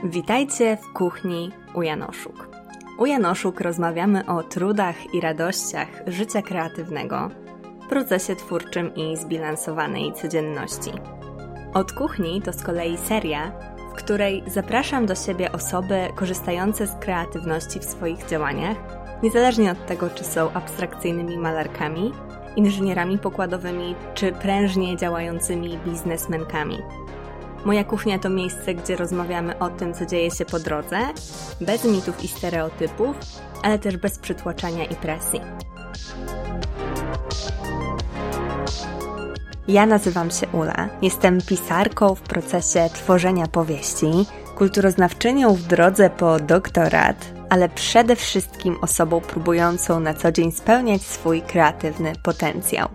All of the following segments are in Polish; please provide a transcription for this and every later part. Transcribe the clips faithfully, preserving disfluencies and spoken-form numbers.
Witajcie w kuchni u Janoszuk. U Janoszuk rozmawiamy o trudach i radościach życia kreatywnego, procesie twórczym i zbilansowanej codzienności. Od kuchni to z kolei seria, w której zapraszam do siebie osoby korzystające z kreatywności w swoich działaniach, niezależnie od tego, czy są abstrakcyjnymi malarkami, inżynierami pokładowymi, czy prężnie działającymi biznesmenkami. Moja kuchnia to miejsce, gdzie rozmawiamy o tym, co dzieje się po drodze, bez mitów i stereotypów, ale też bez przytłaczania i presji. Ja nazywam się Ula, jestem pisarką w procesie tworzenia powieści, kulturoznawczynią w drodze po doktorat, ale przede wszystkim osobą próbującą na co dzień spełniać swój kreatywny potencjał.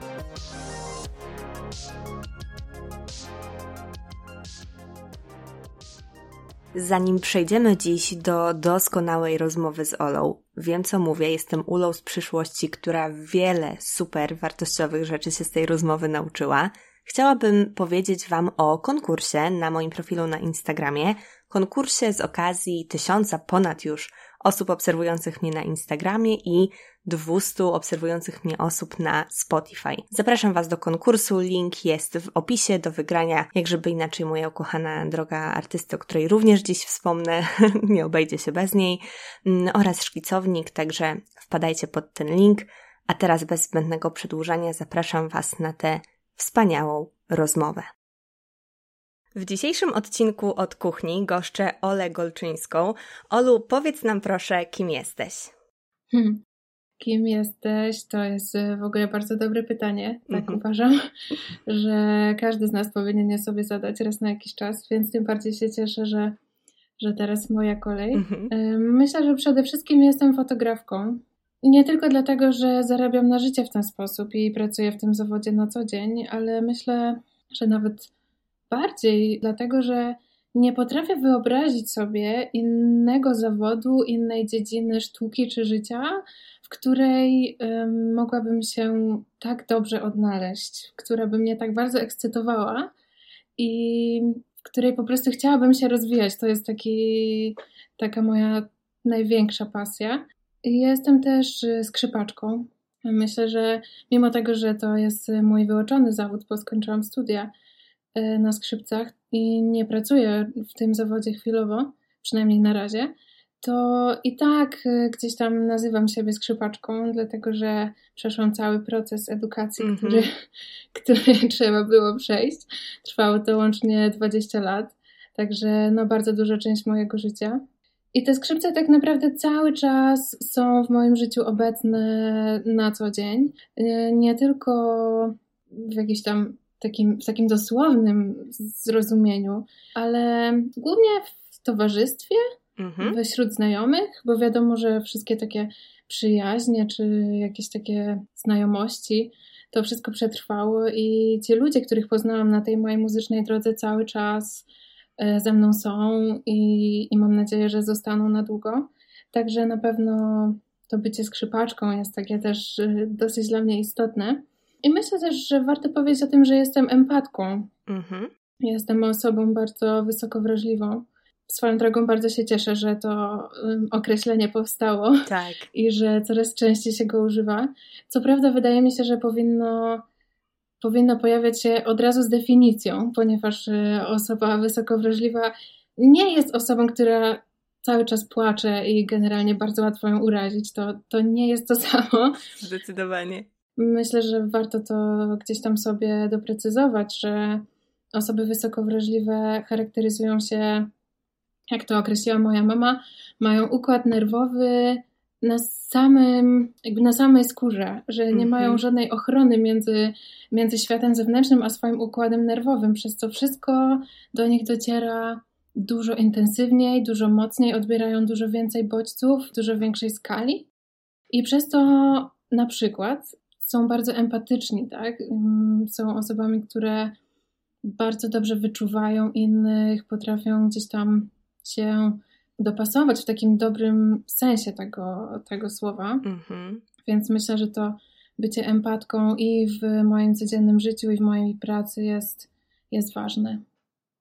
Zanim przejdziemy dziś do doskonałej rozmowy z Olą, wiem co mówię, jestem Ulą z przyszłości, która wiele super wartościowych rzeczy się z tej rozmowy nauczyła. Chciałabym powiedzieć Wam o konkursie na moim profilu na Instagramie, konkursie z okazji tysiąca ponad już osób obserwujących mnie na Instagramie i dwustu obserwujących mnie osób na Spotify. Zapraszam Was do konkursu, link jest w opisie do wygrania, jak żeby inaczej moja ukochana droga artysty, o której również dziś wspomnę, nie obejdzie się bez niej, oraz szkicownik, także wpadajcie pod ten link, a teraz bez zbędnego przedłużania zapraszam Was na tę wspaniałą rozmowę. W dzisiejszym odcinku Od Kuchni goszczę Olę Golczyńską. Olu, powiedz nam proszę, kim jesteś? Hmm. Kim jesteś? To jest w ogóle bardzo dobre pytanie. Tak mm-hmm. uważam, że każdy z nas powinien je sobie zadać raz na jakiś czas, więc tym bardziej się cieszę, że, że teraz moja kolej. Mm-hmm. Myślę, że przede wszystkim jestem fotografką. Nie tylko dlatego, że zarabiam na życie w ten sposób i pracuję w tym zawodzie na co dzień, ale myślę, że nawet bardziej dlatego, że nie potrafię wyobrazić sobie innego zawodu, innej dziedziny sztuki czy życia, w której um, mogłabym się tak dobrze odnaleźć, która by mnie tak bardzo ekscytowała i w której po prostu chciałabym się rozwijać. To jest taki, taka moja największa pasja. Jestem też skrzypaczką. Myślę, że mimo tego, że to jest mój wyuczony zawód, bo skończyłam studia na skrzypcach i nie pracuję w tym zawodzie chwilowo, przynajmniej na razie, to i tak gdzieś tam nazywam siebie skrzypaczką, dlatego że przeszłam cały proces edukacji, mm-hmm. który, który trzeba było przejść. Trwało to łącznie dwadzieścia lat, także no bardzo duża część mojego życia. I te skrzypce tak naprawdę cały czas są w moim życiu obecne na co dzień. Nie tylko w jakiejś tam takim, w takim dosłownym zrozumieniu, ale głównie w towarzystwie, mhm. wśród znajomych, bo wiadomo, że wszystkie takie przyjaźnie czy jakieś takie znajomości, to wszystko przetrwało i ci ludzie, których poznałam na tej mojej muzycznej drodze cały czas ze mną są i, i mam nadzieję, że zostaną na długo. Także na pewno to bycie skrzypaczką jest takie też dosyć dla mnie istotne. I myślę też, że warto powiedzieć o tym, że jestem empatką. Mhm. Jestem osobą bardzo wysoko wrażliwą. Swoją drogą bardzo się cieszę, że to um, określenie powstało tak. i że coraz częściej się go używa. Co prawda wydaje mi się, że powinno, powinno pojawiać się od razu z definicją, ponieważ osoba wysoko wrażliwa nie jest osobą, która cały czas płacze i generalnie bardzo łatwo ją urazić. To, to nie jest to samo. Zdecydowanie. Myślę, że warto to gdzieś tam sobie doprecyzować, że osoby wysoko wrażliwe charakteryzują się, jak to określiła moja mama, mają układ nerwowy na samym, jakby na samej skórze, że nie mm-hmm. mają żadnej ochrony między, między światem zewnętrznym a swoim układem nerwowym, przez co wszystko do nich dociera dużo intensywniej, dużo mocniej, odbierają dużo więcej bodźców, w dużo większej skali i przez to na przykład są bardzo empatyczni, tak? Są osobami, które bardzo dobrze wyczuwają innych, potrafią gdzieś tam się dopasować w takim dobrym sensie tego, tego słowa. Mm-hmm. Więc myślę, że to bycie empatką i w moim codziennym życiu, i w mojej pracy jest, jest ważne.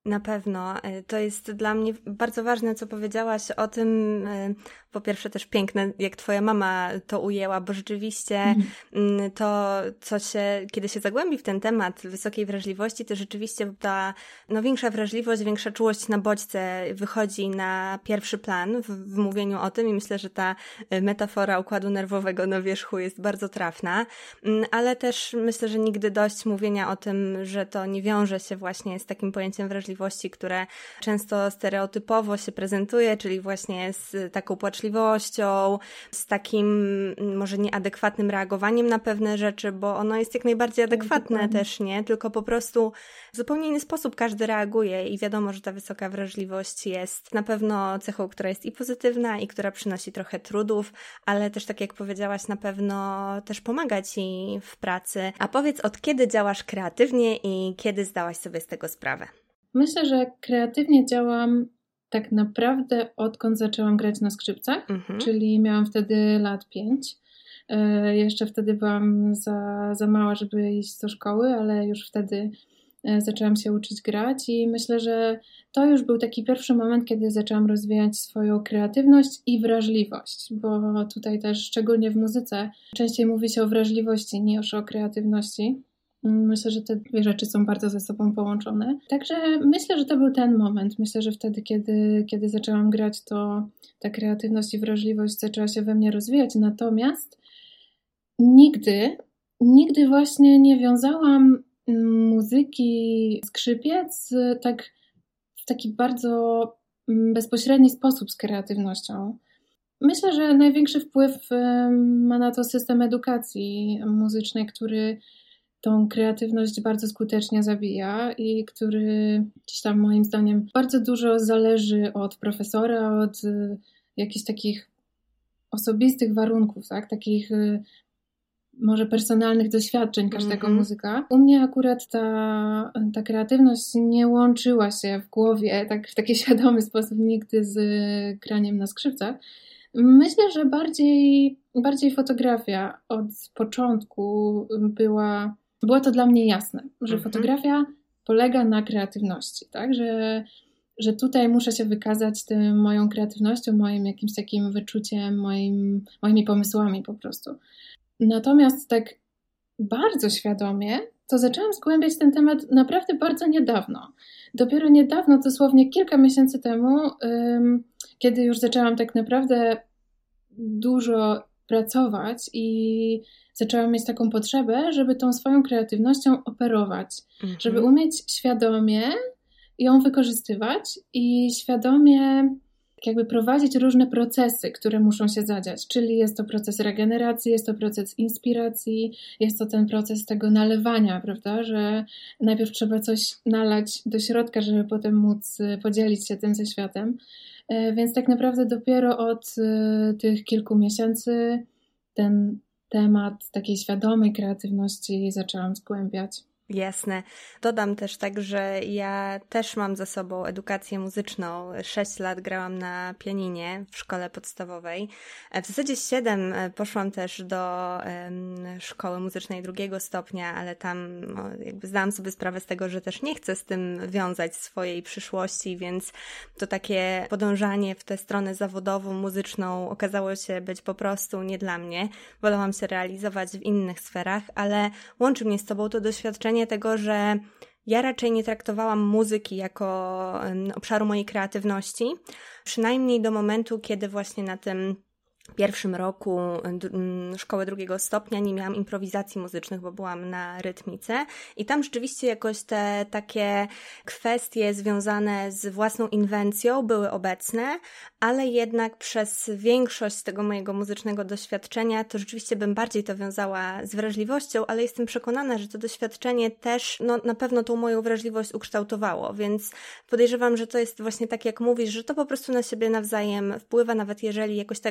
Na pewno. To jest dla mnie bardzo ważne, co powiedziałaś o tym, po pierwsze też piękne, jak twoja mama to ujęła, bo rzeczywiście mm. to, co się, kiedy się zagłębi w ten temat wysokiej wrażliwości, to rzeczywiście ta no, większa wrażliwość, większa czułość na bodźce wychodzi na pierwszy plan w, w mówieniu o tym i myślę, że ta metafora układu nerwowego na wierzchu jest bardzo trafna, ale też myślę, że nigdy dość mówienia o tym, że to nie wiąże się właśnie z takim pojęciem wrażliwości, które często stereotypowo się prezentuje, czyli właśnie z taką płaczliwością, z takim może nieadekwatnym reagowaniem na pewne rzeczy, bo ono jest jak najbardziej adekwatne tak, też, nie? Tylko po prostu w zupełnie inny sposób każdy reaguje i wiadomo, że ta wysoka wrażliwość jest na pewno cechą, która jest i pozytywna i która przynosi trochę trudów, ale też tak jak powiedziałaś, na pewno też pomaga ci w pracy. A powiedz, od kiedy działasz kreatywnie i kiedy zdałaś sobie z tego sprawę? Myślę, że kreatywnie działam tak naprawdę odkąd zaczęłam grać na skrzypcach, mhm. czyli miałam wtedy lat pięć. E, jeszcze wtedy byłam za, za mała, żeby iść do szkoły, ale już wtedy e, zaczęłam się uczyć grać i myślę, że to już był taki pierwszy moment, kiedy zaczęłam rozwijać swoją kreatywność i wrażliwość, bo tutaj też szczególnie w muzyce częściej mówi się o wrażliwości niż o kreatywności. Myślę, że te dwie rzeczy są bardzo ze sobą połączone. Także myślę, że to był ten moment. Myślę, że wtedy, kiedy, kiedy zaczęłam grać, to ta kreatywność i wrażliwość zaczęła się we mnie rozwijać. Natomiast nigdy, nigdy właśnie nie wiązałam muzyki, skrzypiec tak w taki bardzo bezpośredni sposób z kreatywnością. Myślę, że największy wpływ ma na to system edukacji muzycznej, który tą kreatywność bardzo skutecznie zabija i który gdzieś tam moim zdaniem bardzo dużo zależy od profesora, od jakichś takich osobistych warunków, tak? Takich może personalnych doświadczeń każdego mm-hmm. muzyka. U mnie akurat ta, ta kreatywność nie łączyła się w głowie tak, w taki świadomy sposób nigdy z graniem na skrzypcach. Myślę, że bardziej, bardziej fotografia od początku była Było to dla mnie jasne, że mhm. fotografia polega na kreatywności, tak? Że, że tutaj muszę się wykazać tym moją kreatywnością, moim jakimś takim wyczuciem, moim, moimi pomysłami po prostu. Natomiast tak bardzo świadomie to zaczęłam zgłębiać ten temat naprawdę bardzo niedawno. Dopiero niedawno, dosłownie kilka miesięcy temu, ym, kiedy już zaczęłam tak naprawdę dużo pracować i zaczęłam mieć taką potrzebę, żeby tą swoją kreatywnością operować, mhm. żeby umieć świadomie ją wykorzystywać i świadomie jakby prowadzić różne procesy, które muszą się zadziać, czyli jest to proces regeneracji, jest to proces inspiracji, jest to ten proces tego nalewania, prawda, że najpierw trzeba coś nalać do środka, żeby potem móc podzielić się tym ze światem. Więc tak naprawdę dopiero od tych kilku miesięcy ten temat takiej świadomej kreatywności zaczęłam zgłębiać. Jasne. Dodam też tak, że ja też mam za sobą edukację muzyczną. Sześć lat grałam na pianinie w szkole podstawowej. W zasadzie siedem poszłam też do um, szkoły muzycznej drugiego stopnia, ale tam no, jakby zdałam sobie sprawę z tego, że też nie chcę z tym wiązać swojej przyszłości, więc to takie podążanie w tę stronę zawodową, muzyczną okazało się być po prostu nie dla mnie. Wolałam się realizować w innych sferach, ale łączy mnie z tobą to doświadczenie tego, że ja raczej nie traktowałam muzyki jako obszaru mojej kreatywności, przynajmniej do momentu, kiedy właśnie na tym pierwszym roku szkoły drugiego stopnia nie miałam improwizacji muzycznych, bo byłam na rytmice i tam rzeczywiście jakoś te takie kwestie związane z własną inwencją były obecne, ale jednak przez większość tego mojego muzycznego doświadczenia to rzeczywiście bym bardziej to wiązała z wrażliwością, ale jestem przekonana, że to doświadczenie też no, na pewno tą moją wrażliwość ukształtowało, więc podejrzewam, że to jest właśnie tak jak mówisz, że to po prostu na siebie nawzajem wpływa, nawet jeżeli jakoś tak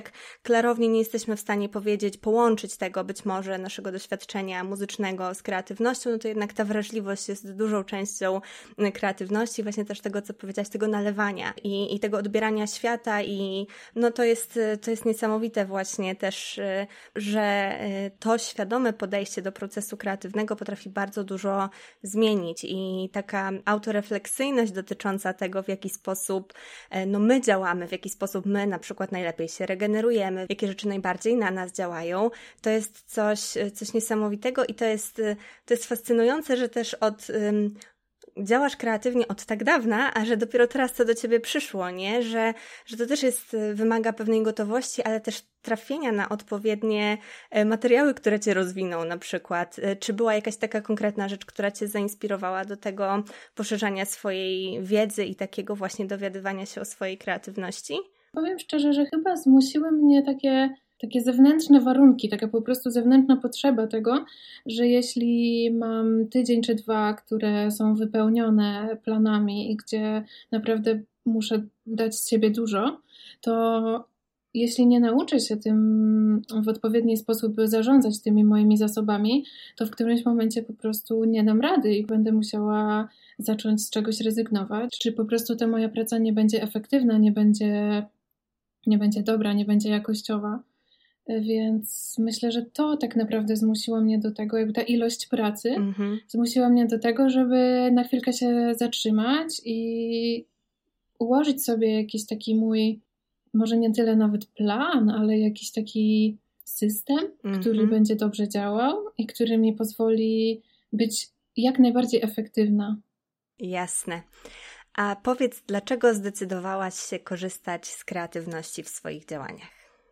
klarownie nie jesteśmy w stanie powiedzieć, połączyć tego być może naszego doświadczenia muzycznego z kreatywnością, no to jednak ta wrażliwość jest dużą częścią kreatywności, właśnie też tego, co powiedziałaś, tego nalewania i, i tego odbierania świata i no to jest, to jest niesamowite właśnie też, że to świadome podejście do procesu kreatywnego potrafi bardzo dużo zmienić i taka autorefleksyjność dotycząca tego, w jaki sposób no my działamy, w jaki sposób my na przykład najlepiej się regenerujemy, jakie rzeczy najbardziej na nas działają, to jest coś, coś niesamowitego i to jest, to jest fascynujące, że też od um, działasz kreatywnie od tak dawna, a że dopiero teraz to do ciebie przyszło, nie? Że, że to też jest, wymaga pewnej gotowości, ale też trafienia na odpowiednie materiały, które cię rozwiną na przykład. Czy była jakaś taka konkretna rzecz, która cię zainspirowała do tego poszerzania swojej wiedzy i takiego właśnie dowiadywania się o swojej kreatywności? Powiem szczerze, że chyba zmusiły mnie takie takie zewnętrzne warunki, taka po prostu zewnętrzna potrzeba tego, że jeśli mam tydzień czy dwa, które są wypełnione planami i gdzie naprawdę muszę dać z siebie dużo, to jeśli nie nauczę się tym w odpowiedni sposób zarządzać tymi moimi zasobami, to w którymś momencie po prostu nie dam rady i będę musiała zacząć z czegoś rezygnować, czy po prostu ta moja praca nie będzie efektywna, nie będzie, nie będzie dobra, nie będzie jakościowa. Więc myślę, że to tak naprawdę zmusiło mnie do tego, jakby ta ilość pracy mm-hmm. zmusiła mnie do tego, żeby na chwilkę się zatrzymać i ułożyć sobie jakiś taki mój, może nie tyle nawet plan, ale jakiś taki system, mm-hmm. który będzie dobrze działał i który mi pozwoli być jak najbardziej efektywna. Jasne. A powiedz, dlaczego zdecydowałaś się korzystać z kreatywności w swoich działaniach?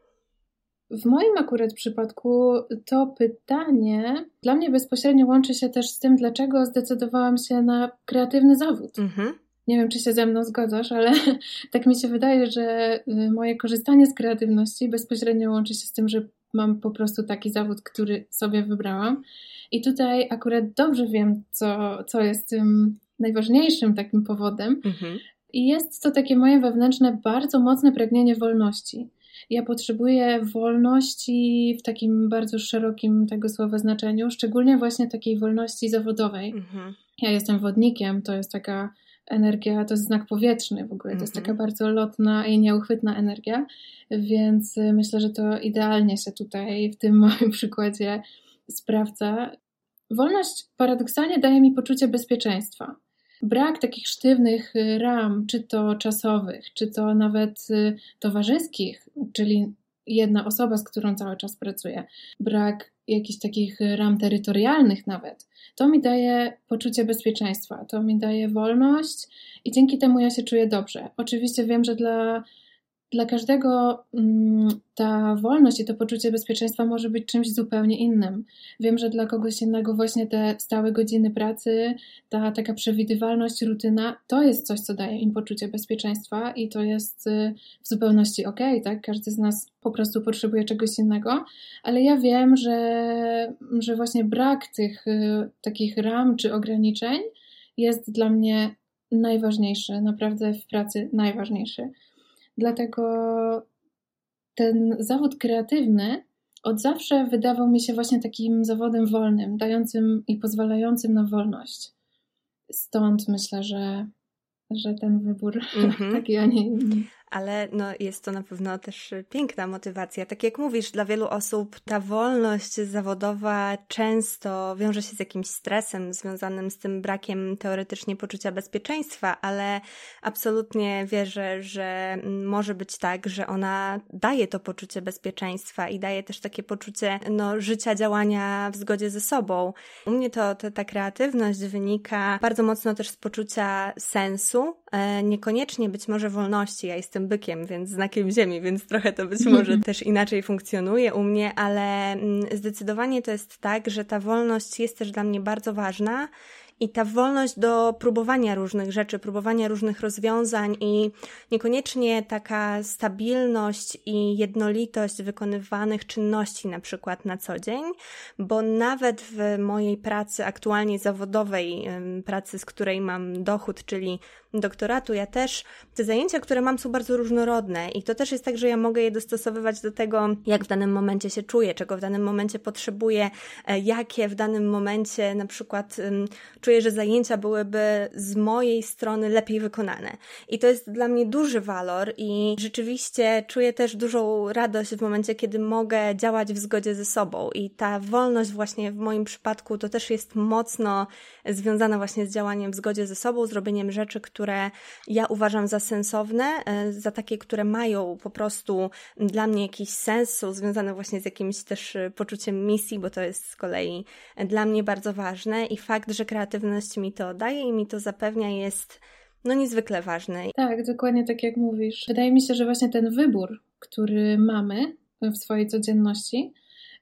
W moim akurat przypadku to pytanie dla mnie bezpośrednio łączy się też z tym, dlaczego zdecydowałam się na kreatywny zawód. Mm-hmm. Nie wiem, czy się ze mną zgadzasz, ale tak mi się wydaje, że moje korzystanie z kreatywności bezpośrednio łączy się z tym, że mam po prostu taki zawód, który sobie wybrałam. I tutaj akurat dobrze wiem, co, co jest tym najważniejszym takim powodem. Mm-hmm. I jest to takie moje wewnętrzne, bardzo mocne pragnienie wolności. Ja potrzebuję wolności w takim bardzo szerokim tego słowa znaczeniu, szczególnie właśnie takiej wolności zawodowej. Mm-hmm. Ja jestem wodnikiem, to jest taka energia, to jest znak powietrzny w ogóle, mm-hmm. to jest taka bardzo lotna i nieuchwytna energia, więc myślę, że to idealnie się tutaj w tym moim przykładzie sprawdza. Wolność paradoksalnie daje mi poczucie bezpieczeństwa. Brak takich sztywnych ram, czy to czasowych, czy to nawet towarzyskich, czyli jedna osoba, z którą cały czas pracuję, brak jakichś takich ram terytorialnych nawet, to mi daje poczucie bezpieczeństwa, to mi daje wolność i dzięki temu ja się czuję dobrze. Oczywiście wiem, że dla, dla każdego mm, ta wolność i to poczucie bezpieczeństwa może być czymś zupełnie innym. Wiem, że dla kogoś innego właśnie te stałe godziny pracy, ta taka przewidywalność, rutyna, to jest coś, co daje im poczucie bezpieczeństwa i to jest w zupełności okej, tak? Każdy z nas po prostu potrzebuje czegoś innego, ale ja wiem, że, że właśnie brak tych takich ram czy ograniczeń jest dla mnie najważniejszy, naprawdę w pracy najważniejszy. Dlatego ten zawód kreatywny od zawsze wydawał mi się właśnie takim zawodem wolnym, dającym i pozwalającym na wolność. Stąd myślę, że, że ten wybór mm-hmm. taki, a nie inny. Ale no, jest to na pewno też piękna motywacja. Tak jak mówisz, dla wielu osób ta wolność zawodowa często wiąże się z jakimś stresem związanym z tym brakiem teoretycznie poczucia bezpieczeństwa, ale absolutnie wierzę, że może być tak, że ona daje to poczucie bezpieczeństwa i daje też takie poczucie no, życia, działania w zgodzie ze sobą. U mnie to, to ta kreatywność wynika bardzo mocno też z poczucia sensu, e, niekoniecznie być może wolności. Ja jestem bykiem, więc znakiem ziemi, więc trochę to być może też inaczej funkcjonuje u mnie, ale zdecydowanie to jest tak, że ta wolność jest też dla mnie bardzo ważna i ta wolność do próbowania różnych rzeczy, próbowania różnych rozwiązań i niekoniecznie taka stabilność i jednolitość wykonywanych czynności na przykład na co dzień, bo nawet w mojej pracy aktualnie zawodowej, pracy, z której mam dochód, czyli doktoratu, ja też, te zajęcia, które mam, są bardzo różnorodne i to też jest tak, że ja mogę je dostosowywać do tego, jak w danym momencie się czuję, czego w danym momencie potrzebuję, jakie w danym momencie na przykład um, czuję, że zajęcia byłyby z mojej strony lepiej wykonane. I to jest dla mnie duży walor i rzeczywiście czuję też dużą radość w momencie, kiedy mogę działać w zgodzie ze sobą i ta wolność właśnie w moim przypadku to też jest mocno związana właśnie z działaniem w zgodzie ze sobą, zrobieniem rzeczy, które ja uważam za sensowne, za takie, które mają po prostu dla mnie jakiś sens, są związane właśnie z jakimś też poczuciem misji, bo to jest z kolei dla mnie bardzo ważne i fakt, że kreatywność mi to daje i mi to zapewnia, jest no niezwykle ważny. Tak, dokładnie tak jak mówisz. Wydaje mi się, że właśnie ten wybór, który mamy w swojej codzienności,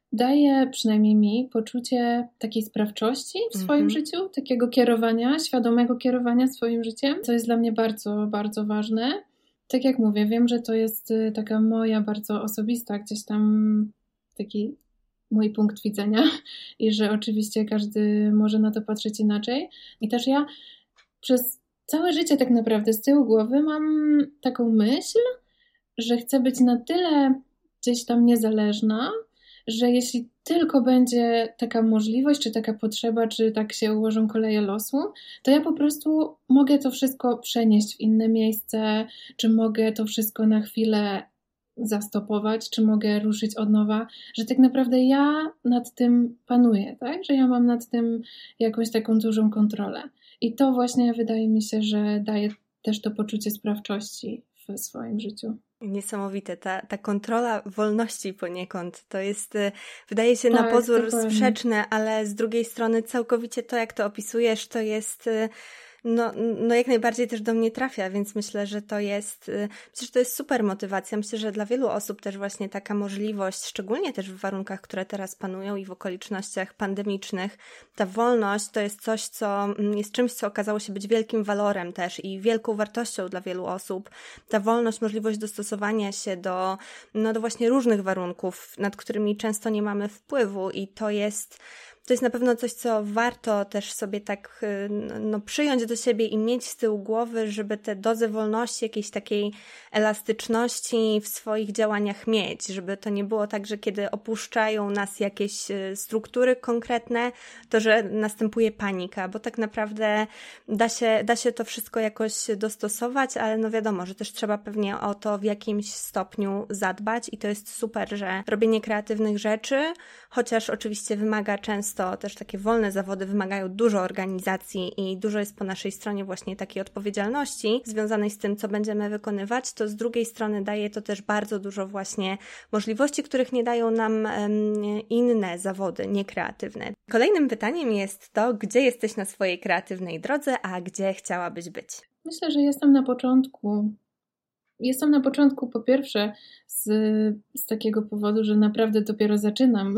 daje przynajmniej mi poczucie takiej sprawczości w swoim mm-hmm. życiu, takiego kierowania, świadomego kierowania swoim życiem, co jest dla mnie bardzo, bardzo ważne. Tak jak mówię, wiem, że to jest taka moja bardzo osobista gdzieś tam taki mój punkt widzenia i że oczywiście każdy może na to patrzeć inaczej. I też ja przez całe życie tak naprawdę z tyłu głowy mam taką myśl, że chcę być na tyle gdzieś tam niezależna, że jeśli tylko będzie taka możliwość, czy taka potrzeba, czy tak się ułożą koleje losu, to ja po prostu mogę to wszystko przenieść w inne miejsce, czy mogę to wszystko na chwilę zastopować, czy mogę ruszyć od nowa, że tak naprawdę ja nad tym panuję, tak? Że ja mam nad tym jakąś taką dużą kontrolę. I to właśnie wydaje mi się, że daje też to poczucie sprawczości w swoim życiu. Niesamowite, ta, ta kontrola wolności poniekąd, to jest, wydaje się tak, na pozór dokładnie. sprzeczne, ale z drugiej strony całkowicie to, jak to opisujesz, to jest no, no jak najbardziej też do mnie trafia, więc myślę, że to jest, myślę, że to jest super motywacja. Myślę, że dla wielu osób też właśnie taka możliwość, szczególnie też w warunkach, które teraz panują i w okolicznościach pandemicznych, ta wolność to jest coś, co jest czymś, co okazało się być wielkim walorem też i wielką wartością dla wielu osób. Ta wolność, możliwość dostosowania się do, no do właśnie różnych warunków, nad którymi często nie mamy wpływu i to jest To jest na pewno coś, co warto też sobie tak no, przyjąć do siebie i mieć z tyłu głowy, żeby te dozy wolności, jakiejś takiej elastyczności w swoich działaniach mieć, żeby to nie było tak, że kiedy opuszczają nas jakieś struktury konkretne, to że następuje panika, bo tak naprawdę da się, da się to wszystko jakoś dostosować, ale no wiadomo, że też trzeba pewnie o to w jakimś stopniu zadbać i to jest super, że robienie kreatywnych rzeczy, chociaż oczywiście wymaga często to też takie wolne zawody wymagają dużo organizacji i dużo jest po naszej stronie właśnie takiej odpowiedzialności związanej z tym, co będziemy wykonywać, to z drugiej strony daje to też bardzo dużo właśnie możliwości, których nie dają nam um, inne zawody niekreatywne. Kolejnym pytaniem jest to, gdzie jesteś na swojej kreatywnej drodze, a gdzie chciałabyś być? Myślę, że jestem na początku. Jestem na początku po pierwsze z, z takiego powodu, że naprawdę dopiero zaczynam.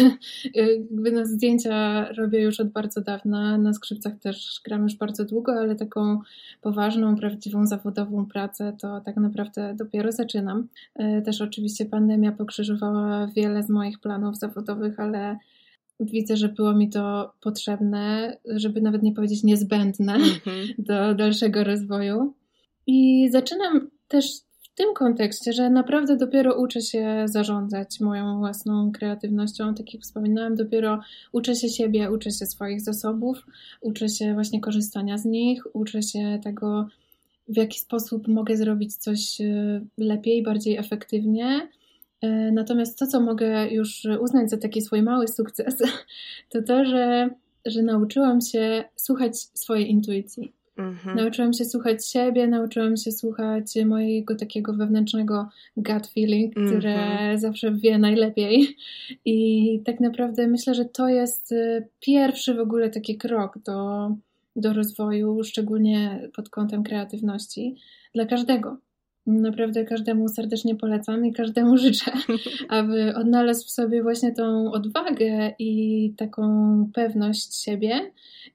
Jakby na zdjęcia robię już od bardzo dawna, na skrzypcach też gram już bardzo długo, ale taką poważną, prawdziwą, zawodową pracę to tak naprawdę dopiero zaczynam. Też oczywiście pandemia pokrzyżowała wiele z moich planów zawodowych, ale widzę, że było mi to potrzebne, żeby nawet nie powiedzieć niezbędne mm-hmm. do dalszego rozwoju. I zaczynam też w tym kontekście, że naprawdę dopiero uczę się zarządzać moją własną kreatywnością. Tak jak wspominałam, dopiero uczę się siebie, uczę się swoich zasobów, uczę się właśnie korzystania z nich, uczę się tego, w jaki sposób mogę zrobić coś lepiej, bardziej efektywnie. Natomiast to, co mogę już uznać za taki swój mały sukces, to to, że, że nauczyłam się słuchać swojej intuicji. Mhm. Nauczyłam się słuchać siebie, nauczyłam się słuchać mojego takiego wewnętrznego gut feeling, mhm. które zawsze wie najlepiej. I tak naprawdę myślę, że to jest pierwszy w ogóle taki krok do, do rozwoju, szczególnie pod kątem kreatywności, dla każdego. naprawdę każdemu serdecznie polecam i każdemu życzę, aby odnalazł w sobie właśnie tą odwagę i taką pewność siebie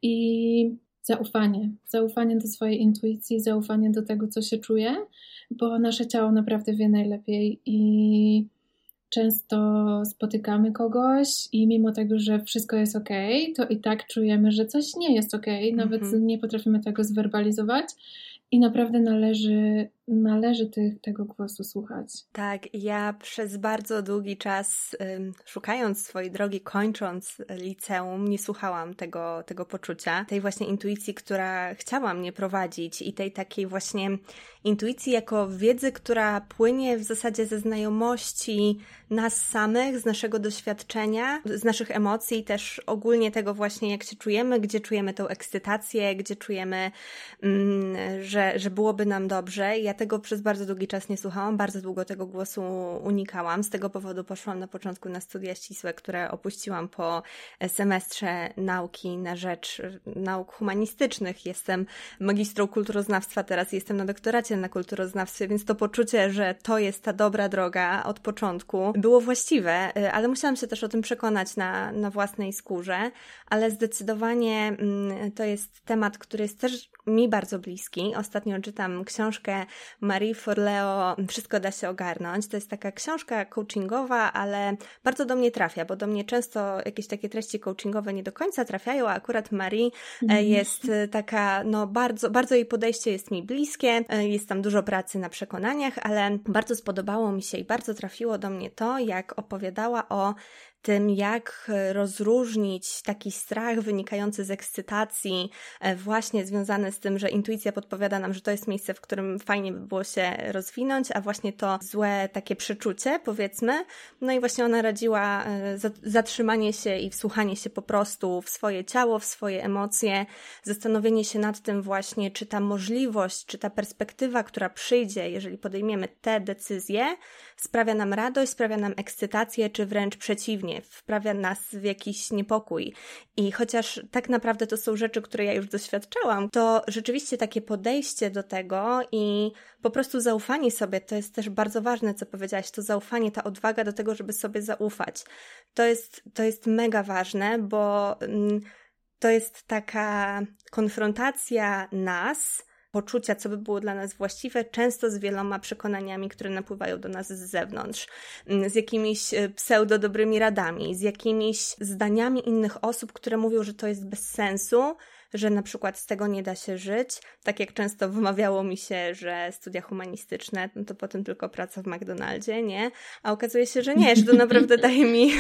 i zaufanie. Zaufanie do swojej intuicji, zaufanie do tego, co się czuje, bo nasze ciało naprawdę wie najlepiej i często spotykamy kogoś i mimo tego, że wszystko jest okej, to i tak czujemy, że coś nie jest okej, nawet mm-hmm. nie potrafimy tego zwerbalizować i naprawdę należy, należy tych, tego głosu słuchać. Tak, ja przez bardzo długi czas, ym, szukając swojej drogi, kończąc liceum, nie słuchałam tego, tego poczucia, tej właśnie intuicji, która chciała mnie prowadzić i tej takiej właśnie intuicji jako wiedzy, która płynie w zasadzie ze znajomości nas samych, z naszego doświadczenia, z naszych emocji, też ogólnie tego właśnie, jak się czujemy, gdzie czujemy tą ekscytację, gdzie czujemy, mm, że, że byłoby nam dobrze. Ja tego przez bardzo długi czas nie słuchałam, bardzo długo tego głosu unikałam. Z tego powodu poszłam na początku na studia ścisłe, które opuściłam po semestrze nauki na rzecz nauk humanistycznych. Jestem magistrą kulturoznawstwa, teraz jestem na doktoracie na kulturoznawstwie, więc to poczucie, że to jest ta dobra droga od początku, było właściwe, ale musiałam się też o tym przekonać na, na własnej skórze, ale zdecydowanie to jest temat, który jest też mi bardzo bliski. Ostatnio czytam książkę Marie Forleo Wszystko da się ogarnąć. To jest taka książka coachingowa, ale bardzo do mnie trafia, bo do mnie często jakieś takie treści coachingowe nie do końca trafiają, a akurat Marie mm. jest taka, no bardzo, bardzo jej podejście jest mi bliskie, jest tam dużo pracy na przekonaniach, ale bardzo spodobało mi się i bardzo trafiło do mnie to, jak opowiadała o tym, jak rozróżnić taki strach wynikający z ekscytacji, właśnie związany z tym, że intuicja podpowiada nam, że to jest miejsce, w którym fajnie by było się rozwinąć, a właśnie to złe takie przeczucie, powiedzmy. No i właśnie ona radziła zatrzymanie się i wsłuchanie się po prostu w swoje ciało, w swoje emocje, zastanowienie się nad tym właśnie, czy ta możliwość, czy ta perspektywa, która przyjdzie, jeżeli podejmiemy te decyzje, sprawia nam radość, sprawia nam ekscytację, czy wręcz przeciwnie, wprawia nas w jakiś niepokój. I chociaż tak naprawdę to są rzeczy, które ja już doświadczałam, to rzeczywiście takie podejście do tego i po prostu zaufanie sobie, to jest też bardzo ważne, co powiedziałaś, to zaufanie, ta odwaga do tego, żeby sobie zaufać. To jest, to jest mega ważne, bo mm, to jest taka konfrontacja nas, poczucia, co by było dla nas właściwe, często z wieloma przekonaniami, które napływają do nas z zewnątrz, z jakimiś pseudo dobrymi radami, z jakimiś zdaniami innych osób, które mówią, że to jest bez sensu, że na przykład z tego nie da się żyć. Tak jak często wymawiało mi się, że studia humanistyczne, no to potem tylko praca w McDonaldzie, nie? A okazuje się, że nie, że to naprawdę daje mi,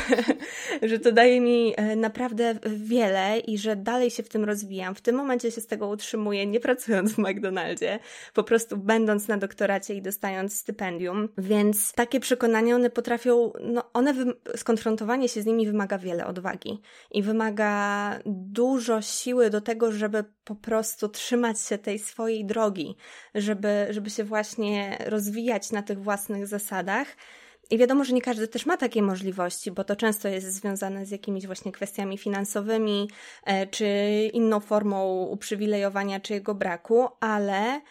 że to daje mi naprawdę wiele i że dalej się w tym rozwijam. W tym momencie się z tego utrzymuję, nie pracując w McDonaldzie, po prostu będąc na doktoracie i dostając stypendium. Więc takie przekonania, one potrafią, no one, skonfrontowanie się z nimi wymaga wiele odwagi i wymaga dużo siły do tego, żeby po prostu trzymać się tej swojej drogi, żeby, żeby się właśnie rozwijać na tych własnych zasadach. I wiadomo, że nie każdy też ma takie możliwości, bo to często jest związane z jakimiś właśnie kwestiami finansowymi, czy inną formą uprzywilejowania, czy jego braku, ale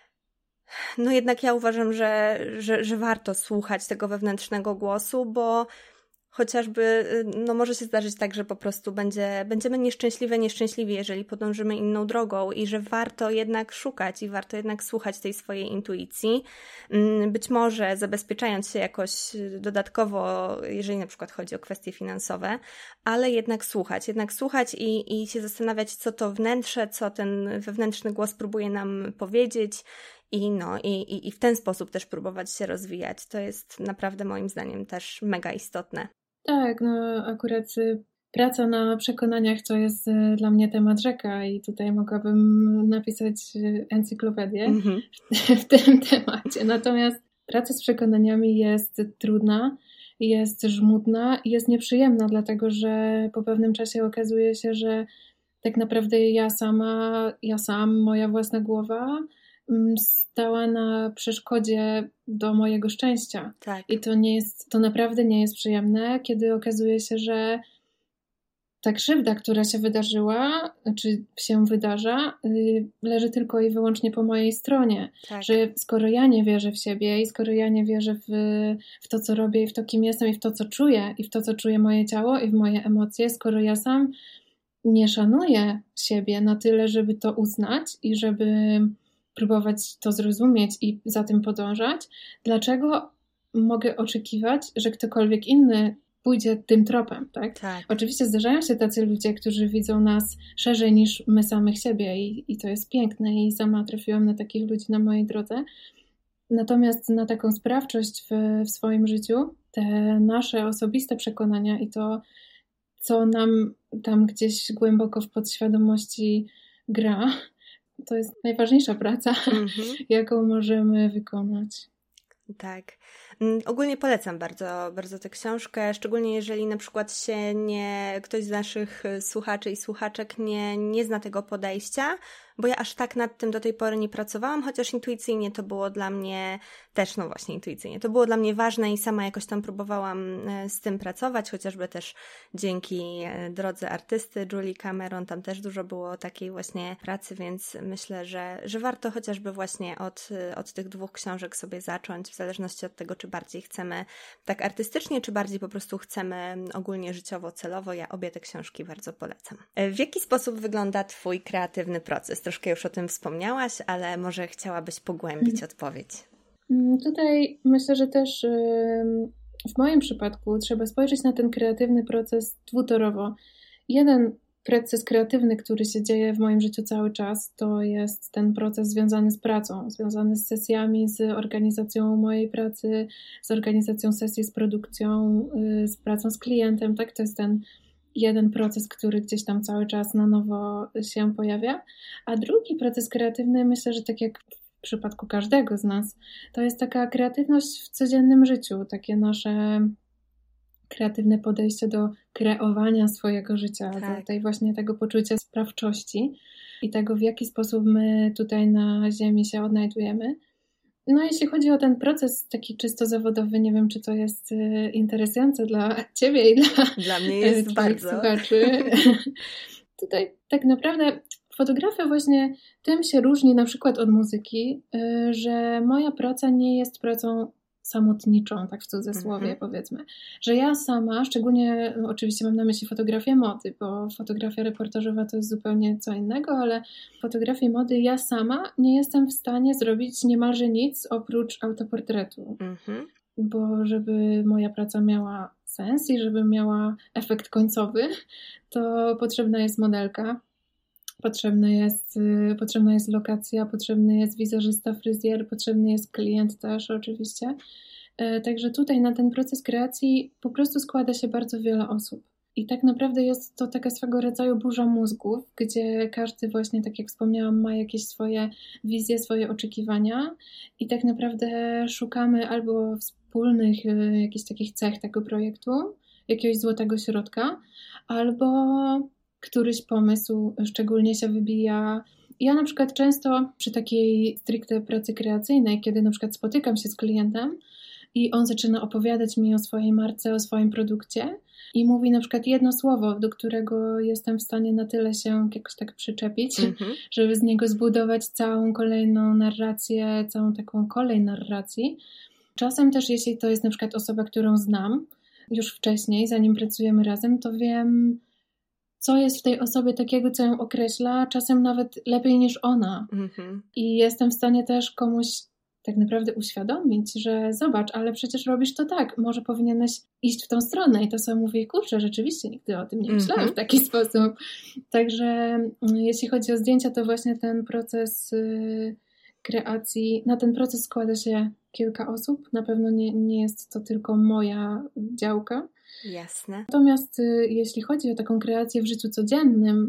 no jednak ja uważam, że, że, że warto słuchać tego wewnętrznego głosu, bo chociażby, no może się zdarzyć tak, że po prostu będzie, będziemy nieszczęśliwe, nieszczęśliwi, jeżeli podążymy inną drogą i że warto jednak szukać i warto jednak słuchać tej swojej intuicji. Być może zabezpieczając się jakoś dodatkowo, jeżeli na przykład chodzi o kwestie finansowe, ale jednak słuchać, jednak słuchać i, i się zastanawiać, co to wnętrze, co ten wewnętrzny głos próbuje nam powiedzieć. I no, i, i, i w ten sposób też próbować się rozwijać. To jest naprawdę moim zdaniem też mega istotne. Tak, no akurat praca na przekonaniach to jest dla mnie temat rzeka i tutaj mogłabym napisać encyklopedię mm-hmm. w, w tym temacie. Natomiast praca z przekonaniami jest trudna, jest żmudna i jest nieprzyjemna, dlatego że po pewnym czasie okazuje się, że tak naprawdę ja sama, ja sam, moja własna głowa stała na przeszkodzie do mojego szczęścia. Tak. I to nie jest, to naprawdę nie jest przyjemne, kiedy okazuje się, że ta krzywda, która się wydarzyła, czy się wydarza, leży tylko i wyłącznie po mojej stronie. Tak. Że skoro ja nie wierzę w siebie i skoro ja nie wierzę w, w to, co robię i w to, kim jestem i w to, co czuję i w to, co czuje moje ciało i w moje emocje, skoro ja sam nie szanuję siebie na tyle, żeby to uznać i żeby próbować to zrozumieć i za tym podążać, dlaczego mogę oczekiwać, że ktokolwiek inny pójdzie tym tropem, tak? tak? Oczywiście zdarzają się tacy ludzie, którzy widzą nas szerzej niż my samych siebie i, i to jest piękne i sama trafiłam na takich ludzi na mojej drodze. Natomiast na taką sprawczość w, w swoim życiu, te nasze osobiste przekonania i to, co nam tam gdzieś głęboko w podświadomości gra, to jest najważniejsza praca, mm-hmm. jaką możemy wykonać. Tak. Ogólnie polecam bardzo, bardzo tę książkę, szczególnie jeżeli na przykład się nie, ktoś z naszych słuchaczy i słuchaczek nie, nie zna tego podejścia, bo ja aż tak nad tym do tej pory nie pracowałam, chociaż intuicyjnie to było dla mnie, też no właśnie intuicyjnie, to było dla mnie ważne i sama jakoś tam próbowałam z tym pracować, chociażby też dzięki drodze artysty Julie Cameron, tam też dużo było takiej właśnie pracy, więc myślę, że, że warto chociażby właśnie od, od tych dwóch książek sobie zacząć, w zależności od tego, czy bardziej chcemy tak artystycznie, czy bardziej po prostu chcemy ogólnie życiowo, celowo. Ja obie te książki bardzo polecam. W jaki sposób wygląda Twój kreatywny proces? Troszkę już o tym wspomniałaś, ale może chciałabyś pogłębić odpowiedź. Tutaj myślę, że też w moim przypadku trzeba spojrzeć na ten kreatywny proces dwutorowo. Jeden proces kreatywny, który się dzieje w moim życiu cały czas, to jest ten proces związany z pracą, związany z sesjami, z organizacją mojej pracy, z organizacją sesji, z produkcją, z pracą z klientem, tak? To jest ten jeden proces, który gdzieś tam cały czas na nowo się pojawia. A drugi proces kreatywny, myślę, że tak jak w przypadku każdego z nas, to jest taka kreatywność w codziennym życiu, takie nasze kreatywne podejście do kreowania swojego życia, tak. do tej właśnie tego poczucia sprawczości i tego, w jaki sposób my tutaj na ziemi się odnajdujemy. No jeśli chodzi o ten proces taki czysto zawodowy, nie wiem, czy to jest interesujące dla Ciebie i dla, dla mnie jest bardzo. słuchaczy. Tutaj tak naprawdę fotografia właśnie tym się różni na przykład od muzyki, że moja praca nie jest pracą samotniczą, tak w cudzysłowie mm-hmm. powiedzmy, że ja sama, szczególnie no, oczywiście mam na myśli fotografię mody, bo fotografia reportażowa to jest zupełnie co innego, ale fotografię mody ja sama nie jestem w stanie zrobić niemalże nic oprócz autoportretu, mm-hmm. bo żeby moja praca miała sens i żeby miała efekt końcowy, to potrzebna jest modelka, Potrzebna jest, potrzebna jest lokacja, potrzebny jest wizerzysta, fryzjer, potrzebny jest klient też oczywiście. Także tutaj na ten proces kreacji po prostu składa się bardzo wiele osób. I tak naprawdę jest to taka swego rodzaju burza mózgów, gdzie każdy właśnie, tak jak wspomniałam, ma jakieś swoje wizje, swoje oczekiwania i tak naprawdę szukamy albo wspólnych jakichś takich cech tego projektu, jakiegoś złotego środka, albo któryś pomysł szczególnie się wybija. Ja na przykład często przy takiej stricte pracy kreacyjnej, kiedy na przykład spotykam się z klientem i on zaczyna opowiadać mi o swojej marce, o swoim produkcie i mówi na przykład jedno słowo, do którego jestem w stanie na tyle się jakoś tak przyczepić, mm-hmm. żeby z niego zbudować całą kolejną narrację, całą taką kolej narracji. Czasem też, jeśli to jest na przykład osoba, którą znam już wcześniej, zanim pracujemy razem, to wiem, co jest w tej osobie takiego, co ją określa, czasem nawet lepiej niż ona. Mm-hmm. I jestem w stanie też komuś tak naprawdę uświadomić, że zobacz, ale przecież robisz to tak, może powinieneś iść w tą stronę. I to sobie mówi, kurczę, rzeczywiście nigdy o tym nie myślałam mm-hmm. w taki sposób. Także jeśli chodzi o zdjęcia, to właśnie ten proces yy, kreacji, na ten proces składa się kilka osób. Na pewno nie, nie jest to tylko moja działka. Jasne. Natomiast y, jeśli chodzi o taką kreację w życiu codziennym,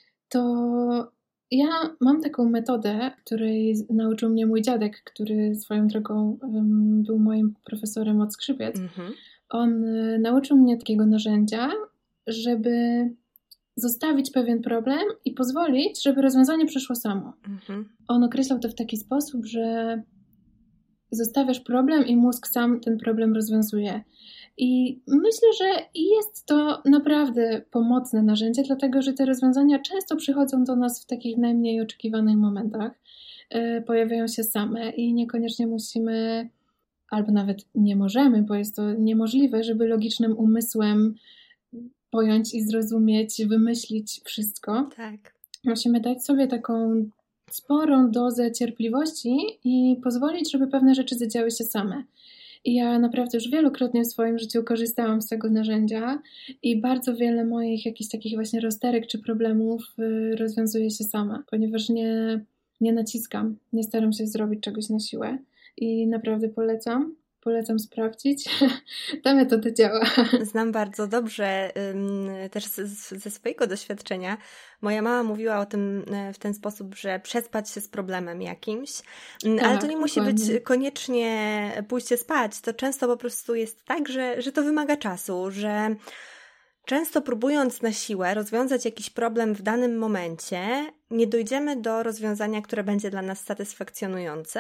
to ja mam taką metodę, której nauczył mnie mój dziadek, który swoją drogą um, był moim profesorem od skrzypiec. Mm-hmm. On y, nauczył mnie takiego narzędzia, żeby zostawić pewien problem i pozwolić, żeby rozwiązanie przyszło samo. Mm-hmm. On określał to w taki sposób, że zostawiasz problem i mózg sam ten problem rozwiązuje. I myślę, że jest to naprawdę pomocne narzędzie, dlatego że te rozwiązania często przychodzą do nas w takich najmniej oczekiwanych momentach. Pojawiają się same i niekoniecznie musimy, albo nawet nie możemy, bo jest to niemożliwe, żeby logicznym umysłem pojąć i zrozumieć, wymyślić wszystko. Tak. Musimy dać sobie taką sporą dozę cierpliwości i pozwolić, żeby pewne rzeczy zadziały się same. I ja naprawdę już wielokrotnie w swoim życiu korzystałam z tego narzędzia i bardzo wiele moich jakichś takich właśnie rozterek czy problemów rozwiązuje się sama, ponieważ nie, nie naciskam, nie staram się zrobić czegoś na siłę i naprawdę polecam. Polecam sprawdzić. Ta metoda działa. Znam bardzo dobrze też ze swojego doświadczenia. Moja mama mówiła o tym w ten sposób, że przespać się z problemem jakimś. Tak, ale to nie musi dokładnie. być koniecznie pójście spać. To często po prostu jest tak, że, że to wymaga czasu, że często próbując na siłę rozwiązać jakiś problem w danym momencie, nie dojdziemy do rozwiązania, które będzie dla nas satysfakcjonujące,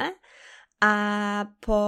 a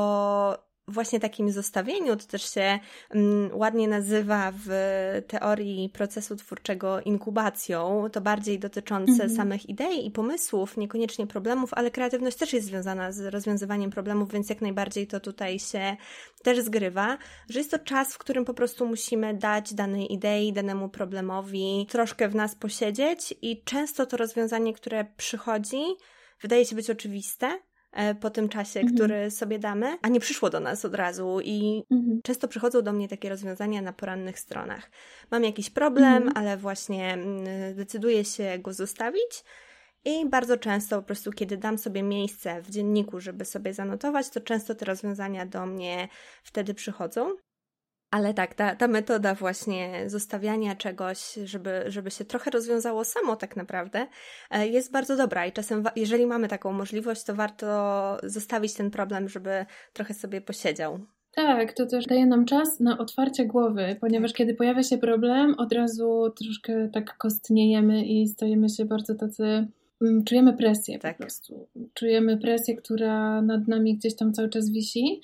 po właśnie takim zostawieniu, to też się um, ładnie nazywa w teorii procesu twórczego inkubacją, to bardziej dotyczące mhm. samych idei i pomysłów, niekoniecznie problemów, ale kreatywność też jest związana z rozwiązywaniem problemów, więc jak najbardziej to tutaj się też zgrywa, że jest to czas, w którym po prostu musimy dać danej idei, danemu problemowi troszkę w nas posiedzieć i często to rozwiązanie, które przychodzi, wydaje się być oczywiste, po tym czasie, mhm. który sobie damy, a nie przyszło do nas od razu i mhm. często przychodzą do mnie takie rozwiązania na porannych stronach. Mam jakiś problem, mhm. ale właśnie decyduję się go zostawić i bardzo często po prostu, kiedy dam sobie miejsce w dzienniku, żeby sobie zanotować, to często te rozwiązania do mnie wtedy przychodzą. Ale tak, ta, ta metoda właśnie zostawiania czegoś, żeby, żeby się trochę rozwiązało samo tak naprawdę, jest bardzo dobra i czasem, jeżeli mamy taką możliwość, to warto zostawić ten problem, żeby trochę sobie posiedział. Tak, to też daje nam czas na otwarcie głowy, ponieważ kiedy pojawia się problem, od razu troszkę tak kostniejemy i stajemy się bardzo tacy... Czujemy presję tak. po prostu. Czujemy presję, która nad nami gdzieś tam cały czas wisi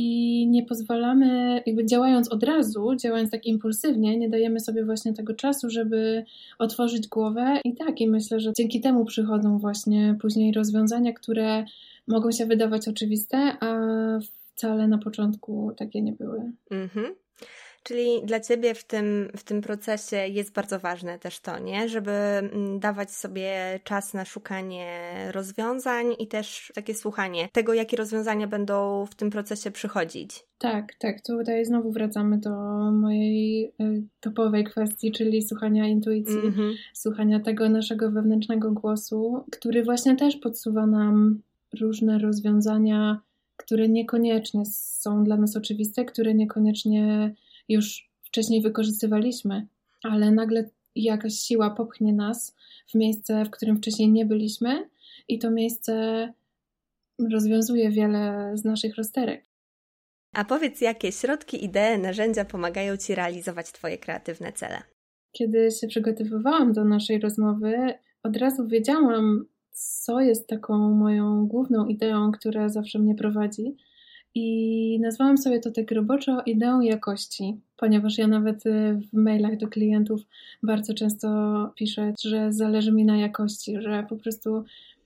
i nie pozwalamy, jakby działając od razu, działając tak impulsywnie, nie dajemy sobie właśnie tego czasu, żeby otworzyć głowę i tak, i myślę, że dzięki temu przychodzą właśnie później rozwiązania, które mogą się wydawać oczywiste, a wcale na początku takie nie były. Mhm. Czyli dla Ciebie w tym, w tym procesie jest bardzo ważne też to, nie? Żeby dawać sobie czas na szukanie rozwiązań i też takie słuchanie tego, jakie rozwiązania będą w tym procesie przychodzić. Tak, tak. Tutaj znowu wracamy do mojej y, topowej kwestii, czyli słuchania intuicji, mm-hmm. słuchania tego naszego wewnętrznego głosu, który właśnie też podsuwa nam różne rozwiązania, które niekoniecznie są dla nas oczywiste, które niekoniecznie już wcześniej wykorzystywaliśmy, ale nagle jakaś siła popchnie nas w miejsce, w którym wcześniej nie byliśmy i to miejsce rozwiązuje wiele z naszych rozterek. A powiedz, jakie środki, idee, narzędzia pomagają Ci realizować Twoje kreatywne cele? Kiedy się przygotowywałam do naszej rozmowy, od razu wiedziałam, co jest taką moją główną ideą, która zawsze mnie prowadzi. I nazwałam sobie to tak roboczo ideą jakości, ponieważ ja nawet w mailach do klientów bardzo często piszę, że zależy mi na jakości, że po prostu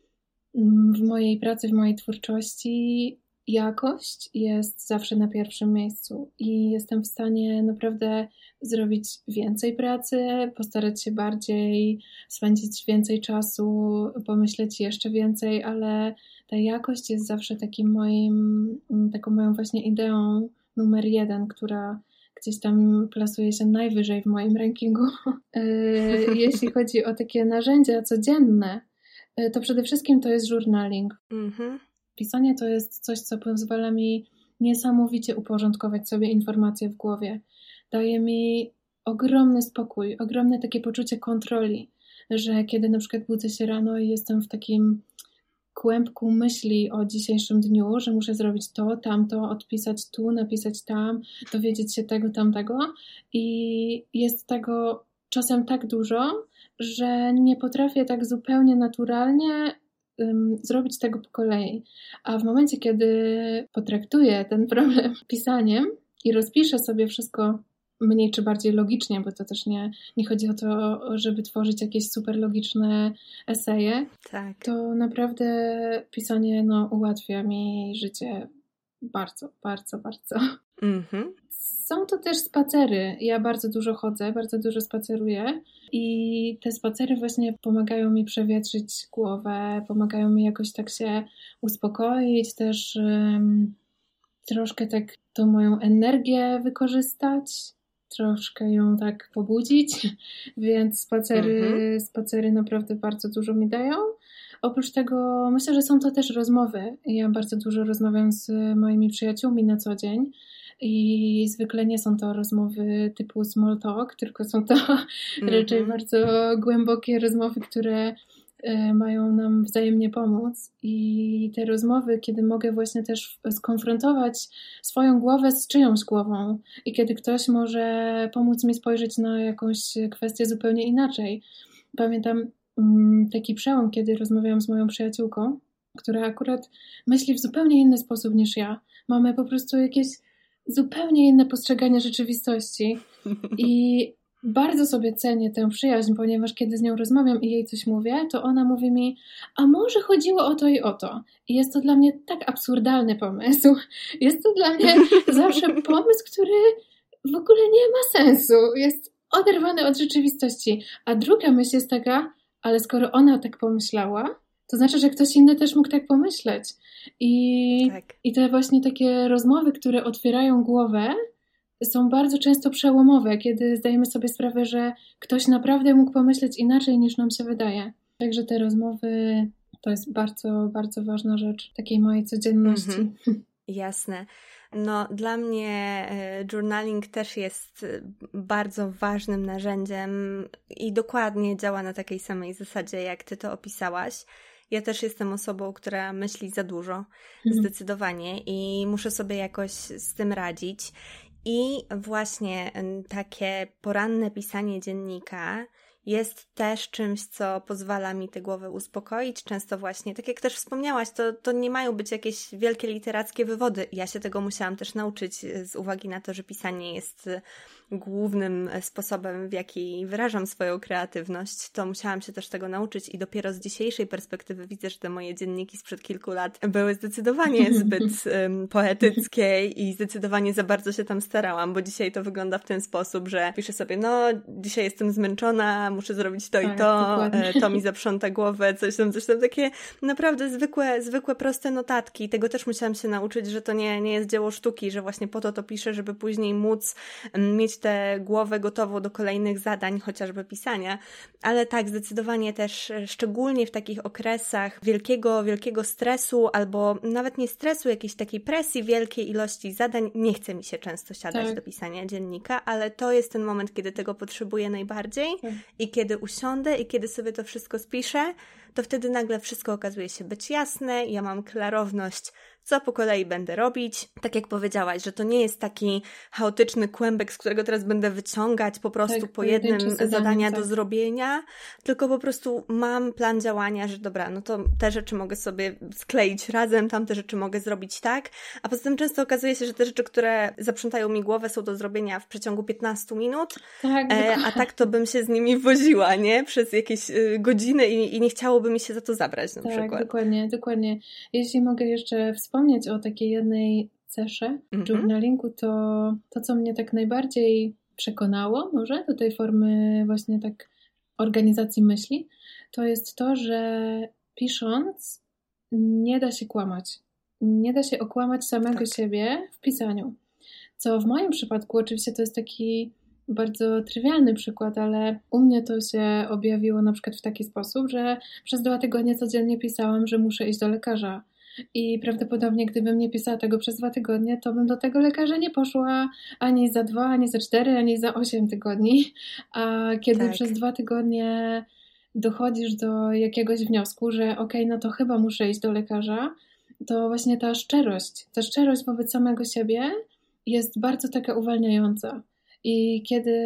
w mojej pracy, w mojej twórczości jakość jest zawsze na pierwszym miejscu i jestem w stanie naprawdę zrobić więcej pracy, postarać się bardziej, spędzić więcej czasu, pomyśleć jeszcze więcej, ale ta jakość jest zawsze takim moim, taką moją właśnie ideą numer jeden, która gdzieś tam plasuje się najwyżej w moim rankingu. Jeśli chodzi o takie narzędzia codzienne, to przede wszystkim to jest journaling. Mhm. Pisanie to jest coś, co pozwala mi niesamowicie uporządkować sobie informacje w głowie. Daje mi ogromny spokój, ogromne takie poczucie kontroli, że kiedy na przykład budzę się rano i jestem w takim kłębku myśli o dzisiejszym dniu, że muszę zrobić to, tamto, odpisać tu, napisać tam, dowiedzieć się tego, tamtego i jest tego czasem tak dużo, że nie potrafię tak zupełnie naturalnie um, zrobić tego po kolei. A w momencie, kiedy potraktuję ten problem pisaniem i rozpiszę sobie wszystko mniej czy bardziej logicznie, bo to też nie, nie chodzi o to, żeby tworzyć jakieś super logiczne eseje, tak. to naprawdę pisanie no, ułatwia mi życie bardzo, bardzo, bardzo. Mhm. Są to też spacery. Ja bardzo dużo chodzę, bardzo dużo spaceruję i te spacery właśnie pomagają mi przewietrzyć głowę, pomagają mi jakoś tak się uspokoić, też um, troszkę tak tą moją energię wykorzystać, troszkę ją tak pobudzić, więc spacery, mhm. spacery naprawdę bardzo dużo mi dają. Oprócz tego myślę, że są to też rozmowy. Ja bardzo dużo rozmawiam z moimi przyjaciółmi na co dzień i zwykle nie są to rozmowy typu small talk, tylko są to mm-hmm. raczej bardzo głębokie rozmowy, które mają nam wzajemnie pomóc i te rozmowy, kiedy mogę właśnie też skonfrontować swoją głowę z czyjąś głową i kiedy ktoś może pomóc mi spojrzeć na jakąś kwestię zupełnie inaczej. Pamiętam taki przełom, kiedy rozmawiałam z moją przyjaciółką, która akurat myśli w zupełnie inny sposób niż ja. Mamy po prostu jakieś zupełnie inne postrzeganie rzeczywistości i bardzo sobie cenię tę przyjaźń, ponieważ kiedy z nią rozmawiam i jej coś mówię, to ona mówi mi, a może chodziło o to i o to. I jest to dla mnie tak absurdalny pomysł. Jest to dla mnie zawsze pomysł, który w ogóle nie ma sensu. Jest oderwany od rzeczywistości. A druga myśl jest taka, ale skoro ona tak pomyślała, to znaczy, że ktoś inny też mógł tak pomyśleć. I, tak. I te właśnie takie rozmowy, które otwierają głowę, są bardzo często przełomowe, kiedy zdajemy sobie sprawę, że ktoś naprawdę mógł pomyśleć inaczej niż nam się wydaje. Także te rozmowy to jest bardzo, bardzo ważna rzecz takiej mojej codzienności. Mm-hmm. Jasne. No, dla mnie journaling też jest bardzo ważnym narzędziem i dokładnie działa na takiej samej zasadzie, jak ty to opisałaś. Ja też jestem osobą, która myśli za dużo, mhm. zdecydowanie i muszę sobie jakoś z tym radzić. I właśnie takie poranne pisanie dziennika jest też czymś, co pozwala mi tę głowę uspokoić. Często właśnie, tak jak też wspomniałaś, to, to nie mają być jakieś wielkie literackie wywody. Ja się tego musiałam też nauczyć z uwagi na to, że pisanie jest głównym sposobem, w jaki wyrażam swoją kreatywność. To musiałam się też tego nauczyć i dopiero z dzisiejszej perspektywy widzę, że te moje dzienniki sprzed kilku lat były zdecydowanie zbyt um, poetyckie i zdecydowanie za bardzo się tam starałam, bo dzisiaj to wygląda w ten sposób, że piszę sobie, no dzisiaj jestem zmęczona, muszę zrobić to tak, i to, dokładnie. To mi zaprząta głowę, coś tam, coś tam, takie naprawdę zwykłe, zwykłe, proste notatki. Tego też musiałam się nauczyć, że to nie, nie jest dzieło sztuki, że właśnie po to to piszę, żeby później móc mieć tę głowę gotową do kolejnych zadań, chociażby pisania. Ale tak, zdecydowanie też, szczególnie w takich okresach wielkiego, wielkiego stresu, albo nawet nie stresu, jakiejś takiej presji, wielkiej ilości zadań, nie chce mi się często siadać tak. do pisania dziennika, ale to jest ten moment, kiedy tego potrzebuję najbardziej. Tak. I kiedy usiądę i kiedy sobie to wszystko spiszę, to wtedy nagle wszystko okazuje się być jasne, ja mam klarowność, co po kolei będę robić. Tak jak powiedziałaś, że to nie jest taki chaotyczny kłębek, z którego teraz będę wyciągać po prostu tak, po jednym zadanie, zadania tak. do zrobienia, tylko po prostu mam plan działania, że dobra, no to te rzeczy mogę sobie skleić razem, tamte rzeczy mogę zrobić tak, a poza tym często okazuje się, że te rzeczy, które zaprzątają mi głowę, są do zrobienia w przeciągu piętnastu minut, tak, e, a tak to bym się z nimi woziła, nie? Przez jakieś y, godziny i, i nie chciałoby mi się za to zabrać na tak, przykład. Tak, dokładnie, dokładnie. Jeśli mogę jeszcze wspomnieć o takiej jednej cesze mm-hmm. journalingu, to to, co mnie tak najbardziej przekonało może do tej formy właśnie tak organizacji myśli, to jest to, że pisząc nie da się kłamać. Nie da się okłamać samego tak. siebie w pisaniu. Co w moim przypadku oczywiście to jest taki bardzo trywialny przykład, ale u mnie to się objawiło na przykład w taki sposób, że przez dwa tygodnie codziennie pisałam, że muszę iść do lekarza. I prawdopodobnie gdybym nie pisała tego przez dwa tygodnie, to bym do tego lekarza nie poszła ani za dwa, ani za cztery, ani za osiem tygodni. A kiedy tak. przez dwa tygodnie dochodzisz do jakiegoś wniosku, że okej, okay, no to chyba muszę iść do lekarza, to właśnie ta szczerość, ta szczerość wobec samego siebie jest bardzo taka uwalniająca. I kiedy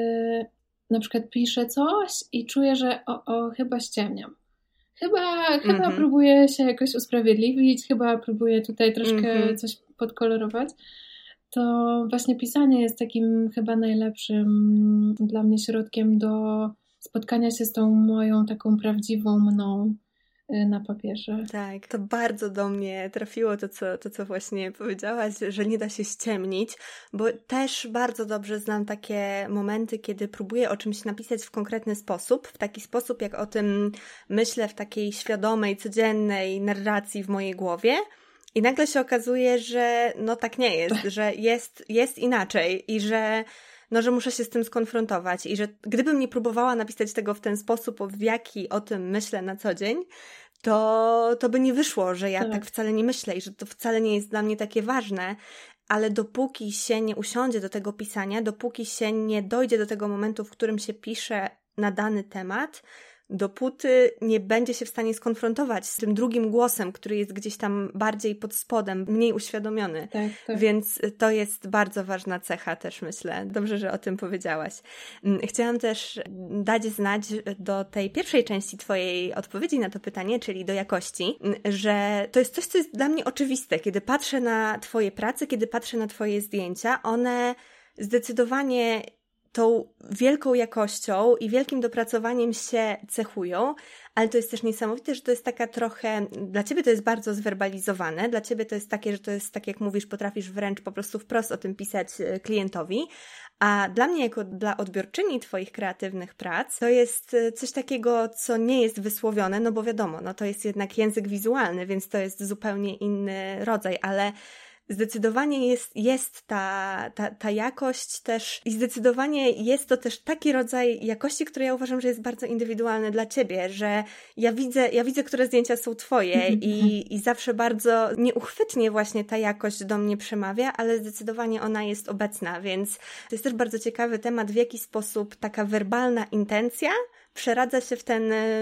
na przykład piszę coś i czuję, że o, o chyba ściemniam. Chyba, mm-hmm. chyba próbuję się jakoś usprawiedliwić, chyba próbuję tutaj troszkę mm-hmm. coś podkolorować, to właśnie pisanie jest takim chyba najlepszym dla mnie środkiem do spotkania się z tą moją taką prawdziwą mną na papierze. Tak, to bardzo do mnie trafiło to co, to, co właśnie powiedziałaś, że nie da się ściemnić, bo też bardzo dobrze znam takie momenty, kiedy próbuję o czymś napisać w konkretny sposób, w taki sposób, jak o tym myślę w takiej świadomej, codziennej narracji w mojej głowie. I nagle się okazuje, że no tak nie jest, że jest, jest inaczej i że no, że muszę się z tym skonfrontować i że gdybym nie próbowała napisać tego w ten sposób, w jaki o tym myślę na co dzień, to, to by nie wyszło, że ja tak. tak wcale nie myślę i że to wcale nie jest dla mnie takie ważne, ale dopóki się nie usiądzie do tego pisania, dopóki się nie dojdzie do tego momentu, w którym się pisze na dany temat, dopóty nie będzie się w stanie skonfrontować z tym drugim głosem, który jest gdzieś tam bardziej pod spodem, mniej uświadomiony. Tak, tak. Więc to jest bardzo ważna cecha też, myślę. Dobrze, że o tym powiedziałaś. Chciałam też dać znać do tej pierwszej części twojej odpowiedzi na to pytanie, czyli do jakości, że to jest coś, co jest dla mnie oczywiste. Kiedy patrzę na twoje prace, kiedy patrzę na twoje zdjęcia, one zdecydowanie tą wielką jakością i wielkim dopracowaniem się cechują, ale to jest też niesamowite, że to jest taka trochę, dla ciebie to jest bardzo zwerbalizowane, dla ciebie to jest takie, że to jest tak jak mówisz, potrafisz wręcz po prostu wprost o tym pisać klientowi, a dla mnie jako dla odbiorczyni twoich kreatywnych prac to jest coś takiego, co nie jest wysłowione, no bo wiadomo, no to jest jednak język wizualny, więc to jest zupełnie inny rodzaj, ale zdecydowanie jest, jest ta, ta, ta jakość też i zdecydowanie jest to też taki rodzaj jakości, który ja uważam, że jest bardzo indywidualny dla ciebie, że ja widzę, ja widzę, które zdjęcia są twoje i, i zawsze bardzo nieuchwytnie właśnie ta jakość do mnie przemawia, ale zdecydowanie ona jest obecna, więc to jest też bardzo ciekawy temat, w jaki sposób taka werbalna intencja przeradza się w ten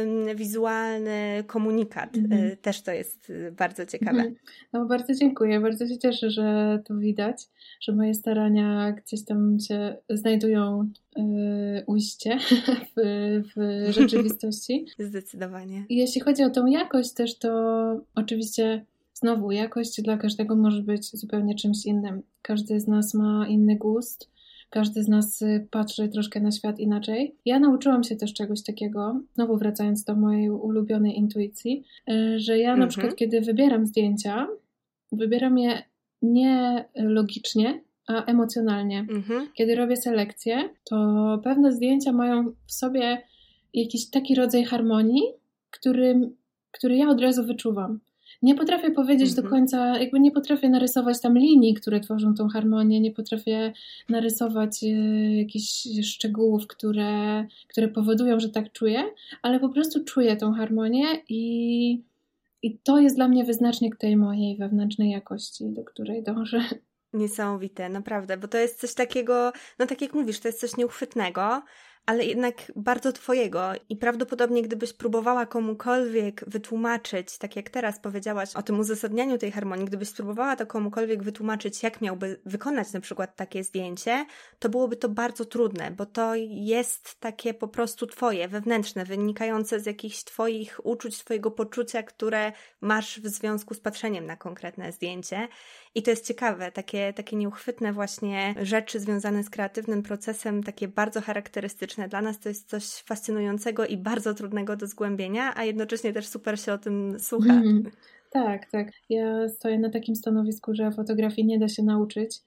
wizualny komunikat. Mm-hmm. Też to jest bardzo ciekawe. Mm-hmm. No bardzo dziękuję. Bardzo się cieszę, że to widać, że moje starania gdzieś tam się znajdują yy, ujście w, w rzeczywistości. Zdecydowanie. I jeśli chodzi o tą jakość też, to oczywiście znowu jakość dla każdego może być zupełnie czymś innym. Każdy z nas ma inny gust. Każdy z nas patrzy troszkę na świat inaczej. Ja nauczyłam się też czegoś takiego, znowu wracając do mojej ulubionej intuicji, że ja na mhm. przykład kiedy wybieram zdjęcia, wybieram je nie logicznie, a emocjonalnie. Mhm. Kiedy robię selekcję, to pewne zdjęcia mają w sobie jakiś taki rodzaj harmonii, który, który ja od razu wyczuwam. Nie potrafię powiedzieć mm-hmm. do końca, jakby nie potrafię narysować tam linii, które tworzą tą harmonię, nie potrafię narysować y, jakichś szczegółów, które, które powodują, że tak czuję, ale po prostu czuję tą harmonię i, i to jest dla mnie wyznacznik tej mojej wewnętrznej jakości, do której dążę. Niesamowite, naprawdę, bo to jest coś takiego, no tak jak mówisz, to jest coś nieuchwytnego, ale jednak bardzo twojego i prawdopodobnie gdybyś próbowała komukolwiek wytłumaczyć, tak jak teraz powiedziałaś o tym uzasadnianiu tej harmonii, gdybyś spróbowała to komukolwiek wytłumaczyć, jak miałby wykonać na przykład takie zdjęcie, to byłoby to bardzo trudne, bo to jest takie po prostu twoje, wewnętrzne, wynikające z jakichś twoich uczuć, twojego poczucia, które masz w związku z patrzeniem na konkretne zdjęcie. I to jest ciekawe, takie, takie nieuchwytne właśnie rzeczy związane z kreatywnym procesem, takie bardzo charakterystyczne. Dla nas to jest coś fascynującego i bardzo trudnego do zgłębienia, a jednocześnie też super się o tym słucha. Mm, tak, tak. Ja stoję na takim stanowisku, że fotografii nie da się nauczyć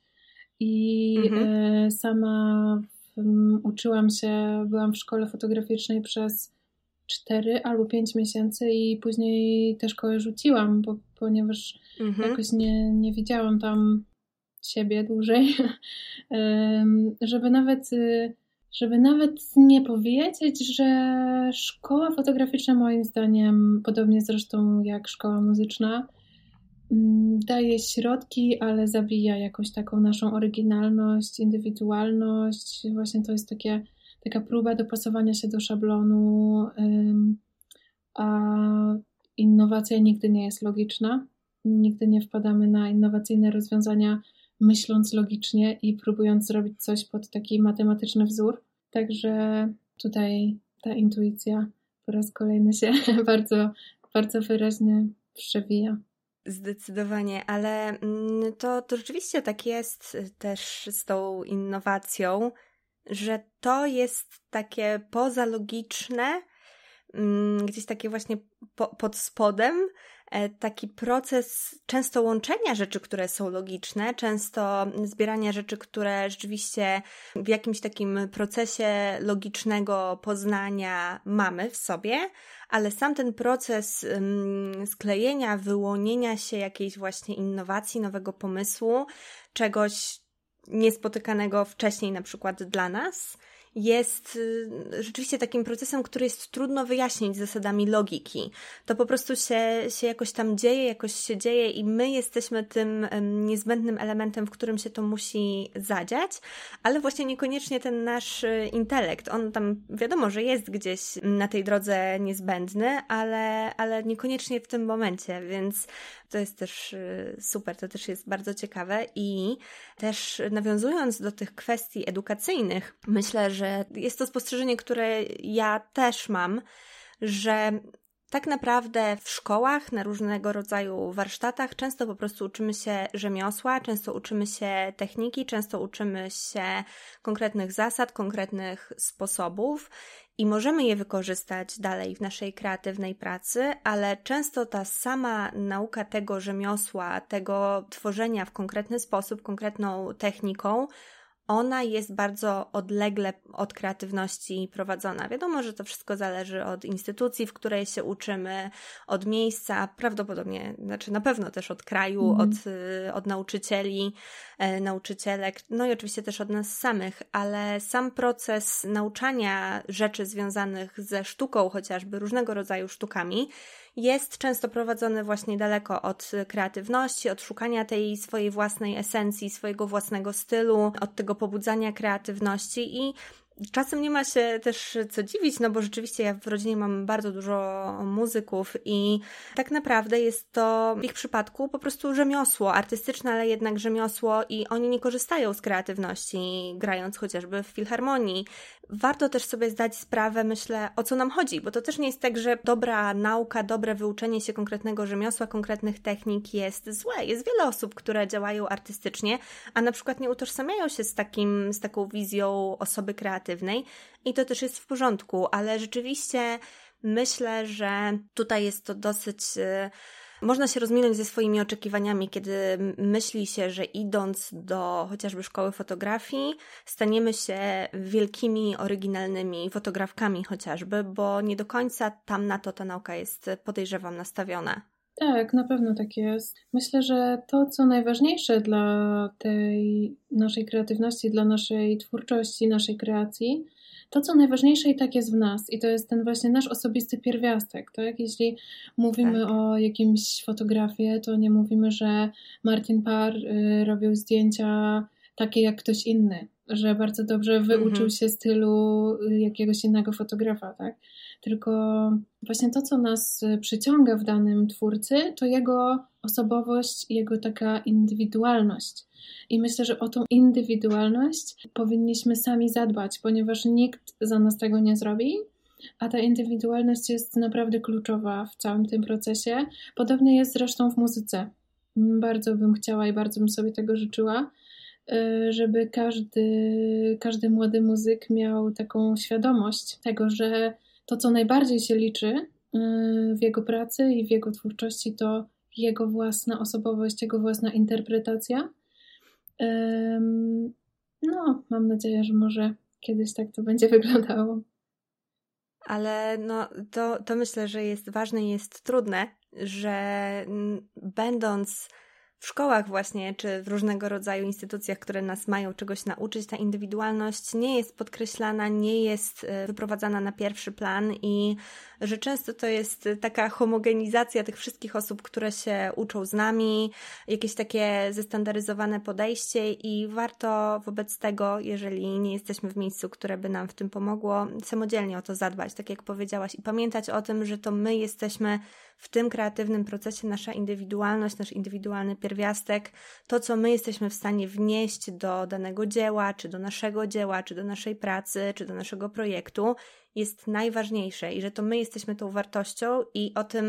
i mm-hmm. y, sama y, uczyłam się, byłam w szkole fotograficznej przez cztery albo pięć miesięcy i później tę szkołę rzuciłam, bo, ponieważ mhm. jakoś nie, nie widziałam tam siebie dłużej, żeby nawet, żeby nawet nie powiedzieć, że szkoła fotograficzna moim zdaniem, podobnie zresztą jak szkoła muzyczna, daje środki, ale zabija jakoś taką naszą oryginalność, indywidualność. Właśnie to jest takie taka próba dopasowania się do szablonu, a innowacja nigdy nie jest logiczna. Nigdy nie wpadamy na innowacyjne rozwiązania myśląc logicznie i próbując zrobić coś pod taki matematyczny wzór. Także tutaj ta intuicja po raz kolejny się bardzo, bardzo wyraźnie przewija. Zdecydowanie, ale to, to rzeczywiście tak jest też z tą innowacją, że to jest takie pozalogiczne, gdzieś takie właśnie po, pod spodem, taki proces często łączenia rzeczy, które są logiczne, często zbierania rzeczy, które rzeczywiście w jakimś takim procesie logicznego poznania mamy w sobie, ale sam ten proces um, sklejenia, wyłonienia się jakiejś właśnie innowacji, nowego pomysłu, czegoś niespotykanego wcześniej na przykład dla nas, jest y, rzeczywiście takim procesem, który jest trudno wyjaśnić zasadami logiki. To po prostu się, się jakoś tam dzieje, jakoś się dzieje i my jesteśmy tym um, niezbędnym elementem, w którym się to musi zadziać, ale właśnie niekoniecznie ten nasz y, intelekt. On tam wiadomo, że jest gdzieś na tej drodze niezbędny, ale, ale niekoniecznie w tym momencie, więc to jest też y, super, to też jest bardzo ciekawe i też nawiązując do tych kwestii edukacyjnych, myślę, że jest to spostrzeżenie, które ja też mam, że tak naprawdę w szkołach, na różnego rodzaju warsztatach często po prostu uczymy się rzemiosła, często uczymy się techniki, często uczymy się konkretnych zasad, konkretnych sposobów i możemy je wykorzystać dalej w naszej kreatywnej pracy, ale często ta sama nauka tego rzemiosła, tego tworzenia w konkretny sposób, konkretną techniką, ona jest bardzo odlegle od kreatywności prowadzona. Wiadomo, że to wszystko zależy od instytucji, w której się uczymy, od miejsca, prawdopodobnie, znaczy na pewno też od kraju, mm. od, od nauczycieli, e, nauczycielek, no i oczywiście też od nas samych, ale sam proces nauczania rzeczy związanych ze sztuką, chociażby różnego rodzaju sztukami, jest często prowadzony właśnie daleko od kreatywności, od szukania tej swojej własnej esencji, swojego własnego stylu, od tego pobudzania kreatywności i czasem nie ma się też co dziwić, no bo rzeczywiście ja w rodzinie mam bardzo dużo muzyków i tak naprawdę jest to w ich przypadku po prostu rzemiosło, artystyczne, ale jednak rzemiosło i oni nie korzystają z kreatywności grając chociażby w filharmonii. Warto też sobie zdać sprawę, myślę, o co nam chodzi, bo to też nie jest tak, że dobra nauka, dobre wyuczenie się konkretnego rzemiosła, konkretnych technik jest złe. Jest wiele osób, które działają artystycznie, a na przykład nie utożsamiają się z takim, z taką wizją osoby kreatywnej i to też jest w porządku, ale rzeczywiście myślę, że tutaj jest to dosyć... Można się rozminąć ze swoimi oczekiwaniami, kiedy myśli się, że idąc do chociażby szkoły fotografii, staniemy się wielkimi, oryginalnymi fotografkami chociażby, bo nie do końca tam na to ta nauka jest, podejrzewam, nastawiona. Tak, na pewno tak jest. Myślę, że to, co najważniejsze dla tej naszej kreatywności, dla naszej twórczości, naszej kreacji, to, co najważniejsze i tak jest w nas i to jest ten właśnie nasz osobisty pierwiastek, tak? Jeśli mówimy tak. o jakimś fotografie, to nie mówimy, że Martin Parr y, robił zdjęcia takie jak ktoś inny, że bardzo dobrze wyuczył mm-hmm. się stylu jakiegoś innego fotografa, tak? Tylko właśnie to, co nas przyciąga w danym twórcy, to jego osobowość, jego taka indywidualność. I myślę, że o tą indywidualność powinniśmy sami zadbać, ponieważ nikt za nas tego nie zrobi, a ta indywidualność jest naprawdę kluczowa w całym tym procesie. Podobnie jest zresztą w muzyce. Bardzo bym chciała i bardzo bym sobie tego życzyła, żeby każdy, każdy młody muzyk miał taką świadomość tego, że to, co najbardziej się liczy w jego pracy i w jego twórczości, to jego własna osobowość, jego własna interpretacja. No, mam nadzieję, że może kiedyś tak to będzie wyglądało. Ale no, to, to myślę, że jest ważne i jest trudne, że będąc w szkołach właśnie, czy w różnego rodzaju instytucjach, które nas mają czegoś nauczyć, ta indywidualność nie jest podkreślana, nie jest wyprowadzana na pierwszy plan i że często to jest taka homogenizacja tych wszystkich osób, które się uczą z nami, jakieś takie zestandaryzowane podejście i warto wobec tego, jeżeli nie jesteśmy w miejscu, które by nam w tym pomogło, samodzielnie o to zadbać, tak jak powiedziałaś i pamiętać o tym, że to my jesteśmy w tym kreatywnym procesie, nasza indywidualność, nasz indywidualny pierwiastek, to co my jesteśmy w stanie wnieść do danego dzieła, czy do naszego dzieła, czy do naszej pracy, czy do naszego projektu jest najważniejsze i że to my jesteśmy tą wartością i o tym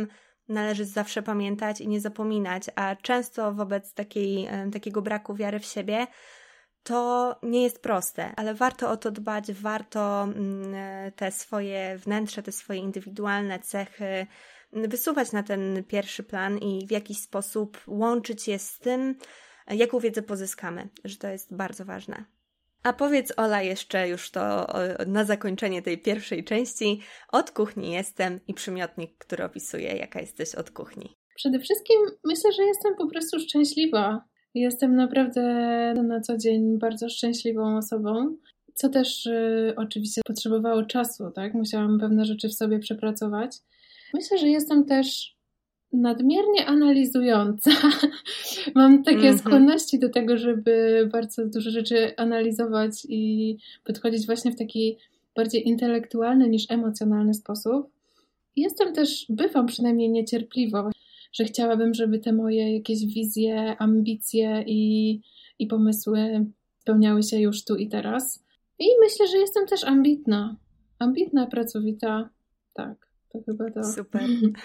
należy zawsze pamiętać i nie zapominać, a często wobec takiej, takiego braku wiary w siebie to nie jest proste, ale warto o to dbać, warto te swoje wnętrze, te swoje indywidualne cechy wysuwać na ten pierwszy plan i w jakiś sposób łączyć je z tym, jaką wiedzę pozyskamy, że to jest bardzo ważne. A powiedz, Ola, jeszcze już to na zakończenie tej pierwszej części, od kuchni jestem i przymiotnik, który opisuje, jaka jesteś od kuchni. Przede wszystkim myślę, że jestem po prostu szczęśliwa. Jestem naprawdę na co dzień bardzo szczęśliwą osobą, co też y, oczywiście potrzebowało czasu, tak? Musiałam pewne rzeczy w sobie przepracować. Myślę, że jestem też nadmiernie analizująca. Mam takie mm-hmm. skłonności do tego, żeby bardzo dużo rzeczy analizować i podchodzić właśnie w taki bardziej intelektualny niż emocjonalny sposób. Jestem też, bywam przynajmniej niecierpliwa, że chciałabym, żeby te moje jakieś wizje, ambicje i, i pomysły spełniały się już tu i teraz. I myślę, że jestem też ambitna. Ambitna, pracowita. Tak, to chyba to. Super.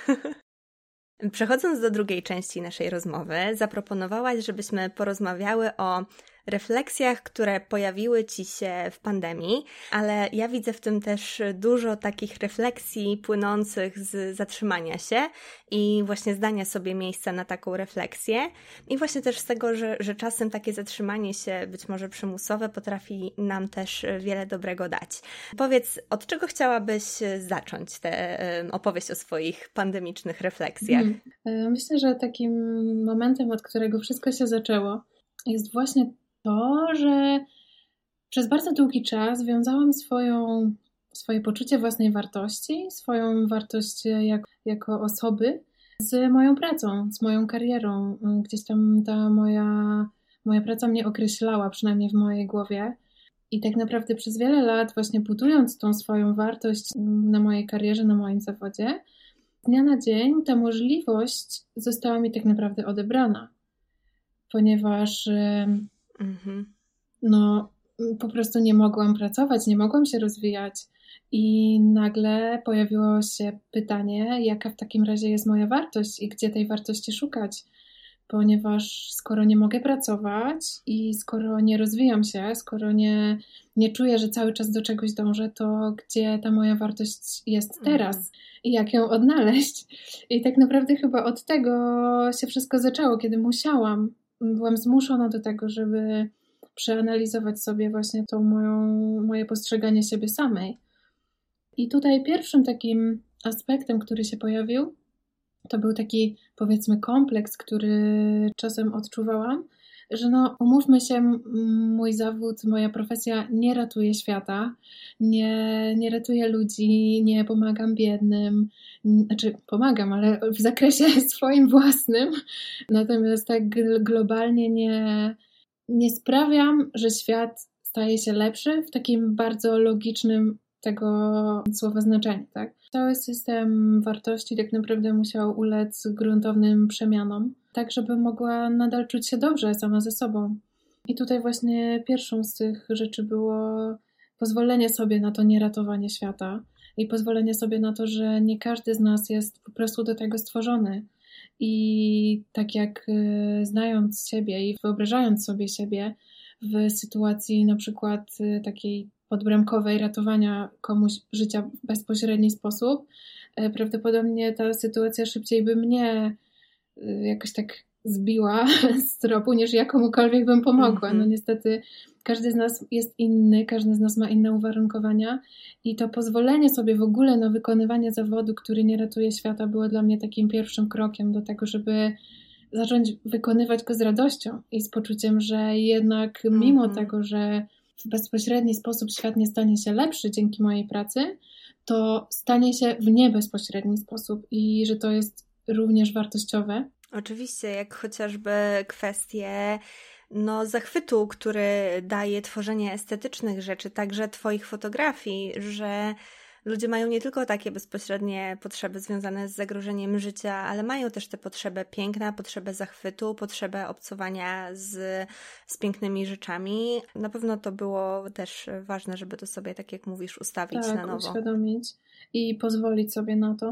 Przechodząc do drugiej części naszej rozmowy, zaproponowałaś, żebyśmy porozmawiały o refleksjach, które pojawiły Ci się w pandemii, ale ja widzę w tym też dużo takich refleksji płynących z zatrzymania się i właśnie zdania sobie miejsca na taką refleksję i właśnie też z tego, że, że czasem takie zatrzymanie się, być może przymusowe, potrafi nam też wiele dobrego dać. Powiedz, od czego chciałabyś zacząć tę opowieść o swoich pandemicznych refleksjach? Hmm. Myślę, że takim momentem, od którego wszystko się zaczęło, jest właśnie to, że przez bardzo długi czas wiązałam swoją, swoje poczucie własnej wartości, swoją wartość jak, jako osoby z moją pracą, z moją karierą. Gdzieś tam ta moja, moja praca mnie określała, przynajmniej w mojej głowie. I tak naprawdę przez wiele lat właśnie budując tą swoją wartość na mojej karierze, na moim zawodzie, z dnia na dzień ta możliwość została mi tak naprawdę odebrana. Ponieważ mm-hmm. no, po prostu nie mogłam pracować, nie mogłam się rozwijać i nagle pojawiło się pytanie, jaka w takim razie jest moja wartość i gdzie tej wartości szukać, ponieważ skoro nie mogę pracować i skoro nie rozwijam się, skoro nie, nie czuję, że cały czas do czegoś dążę, to gdzie ta moja wartość jest teraz mm. i jak ją odnaleźć? I tak naprawdę chyba od tego się wszystko zaczęło, kiedy musiałam, byłam zmuszona do tego, żeby przeanalizować sobie właśnie to moją, moje postrzeganie siebie samej. I tutaj pierwszym takim aspektem, który się pojawił, to był taki, powiedzmy, kompleks, który czasem odczuwałam, że no, umówmy się, mój zawód, moja profesja nie ratuje świata, nie, nie ratuje ludzi, nie pomagam biednym, znaczy pomagam, ale w zakresie swoim własnym, natomiast tak globalnie nie, nie sprawiam, że świat staje się lepszy w takim bardzo logicznym tego słowa znaczeniu, tak? Cały system wartości tak naprawdę musiał ulec gruntownym przemianom, tak żeby mogła nadal czuć się dobrze sama ze sobą. I tutaj właśnie pierwszą z tych rzeczy było pozwolenie sobie na to nieratowanie świata i pozwolenie sobie na to, że nie każdy z nas jest po prostu do tego stworzony. I tak jak znając siebie i wyobrażając sobie siebie w sytuacji na przykład takiej podbramkowej ratowania komuś życia w bezpośredni sposób, prawdopodobnie ta sytuacja szybciej by mnie jakoś tak zbiła z tropu, niż ja komukolwiek bym pomogła. No niestety każdy z nas jest inny, każdy z nas ma inne uwarunkowania i to pozwolenie sobie w ogóle na wykonywanie zawodu, który nie ratuje świata, było dla mnie takim pierwszym krokiem do tego, żeby zacząć wykonywać go z radością i z poczuciem, że jednak mimo mhm. tego, że w bezpośredni sposób świat nie stanie się lepszy dzięki mojej pracy, to stanie się w niebezpośredni sposób i że to jest również wartościowe. Oczywiście, jak chociażby kwestie no, zachwytu, który daje tworzenie estetycznych rzeczy, także Twoich fotografii, że ludzie mają nie tylko takie bezpośrednie potrzeby związane z zagrożeniem życia, ale mają też tę potrzebę piękna, potrzebę zachwytu, potrzebę obcowania z, z pięknymi rzeczami. Na pewno to było też ważne, żeby to sobie, tak jak mówisz, ustawić tak, na nowo. uświadomić i pozwolić sobie na to.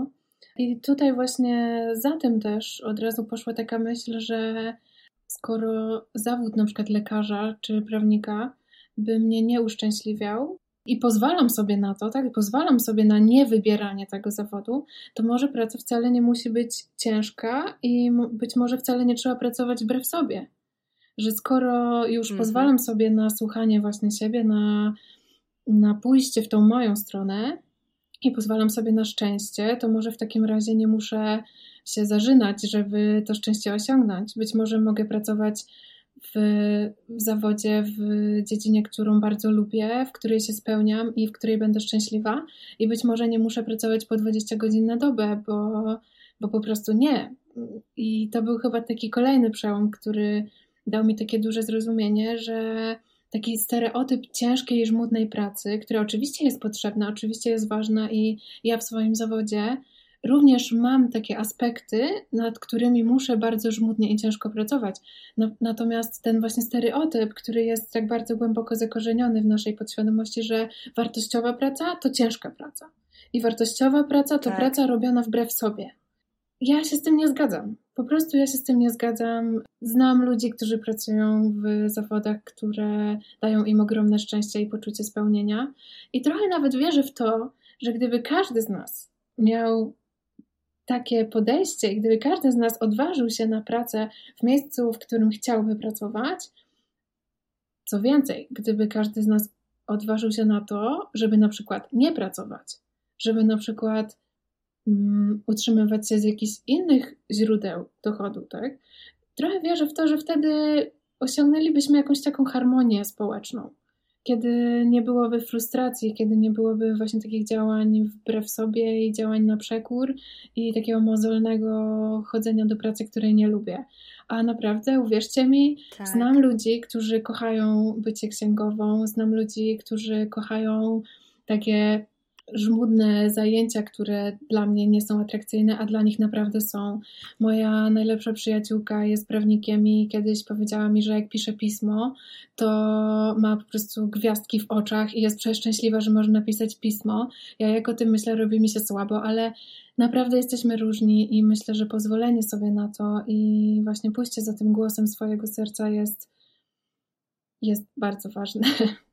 I tutaj właśnie za tym też od razu poszła taka myśl, że skoro zawód na przykład lekarza czy prawnika by mnie nie uszczęśliwiał i pozwalam sobie na to, tak, pozwalam sobie na niewybieranie tego zawodu, to może praca wcale nie musi być ciężka i być może wcale nie trzeba pracować wbrew sobie. Że skoro już mhm. pozwalam sobie na słuchanie właśnie siebie, na, na pójście w tą moją stronę i pozwalam sobie na szczęście, to może w takim razie nie muszę się zażynać, żeby to szczęście osiągnąć. Być może mogę pracować w, w zawodzie, w dziedzinie, którą bardzo lubię, w której się spełniam i w której będę szczęśliwa i być może nie muszę pracować po dwadzieścia godzin na dobę, bo, bo po prostu nie. I to był chyba taki kolejny przełom, który dał mi takie duże zrozumienie, że taki stereotyp ciężkiej i żmudnej pracy, która oczywiście jest potrzebna, oczywiście jest ważna i ja w swoim zawodzie również mam takie aspekty, nad którymi muszę bardzo żmudnie i ciężko pracować. Natomiast ten właśnie stereotyp, który jest tak bardzo głęboko zakorzeniony w naszej podświadomości, że wartościowa praca to ciężka praca i wartościowa praca to tak. praca robiona wbrew sobie. Ja się z tym nie zgadzam. Po prostu ja się z tym nie zgadzam. Znam ludzi, którzy pracują w zawodach, które dają im ogromne szczęście i poczucie spełnienia. I trochę nawet wierzę w to, że gdyby każdy z nas miał takie podejście i gdyby każdy z nas odważył się na pracę w miejscu, w którym chciałby pracować, co więcej, gdyby każdy z nas odważył się na to, żeby na przykład nie pracować, żeby na przykład um, utrzymywać się z jakichś innych źródeł dochodu, tak? Trochę wierzę w to, że wtedy osiągnęlibyśmy jakąś taką harmonię społeczną. Kiedy nie byłoby frustracji, kiedy nie byłoby właśnie takich działań wbrew sobie i działań na przekór i takiego mozolnego chodzenia do pracy, której nie lubię. A naprawdę, uwierzcie mi, tak. znam ludzi, którzy kochają bycie księgową, znam ludzi, którzy kochają takie żmudne zajęcia, które dla mnie nie są atrakcyjne, a dla nich naprawdę są. Moja najlepsza przyjaciółka jest prawnikiem i kiedyś powiedziała mi, że jak pisze pismo, to ma po prostu gwiazdki w oczach i jest przeszczęśliwa, że może napisać pismo. Ja jak o tym myślę, robi mi się słabo, ale naprawdę jesteśmy różni i myślę, że pozwolenie sobie na to i właśnie pójście za tym głosem swojego serca jest, jest bardzo ważne.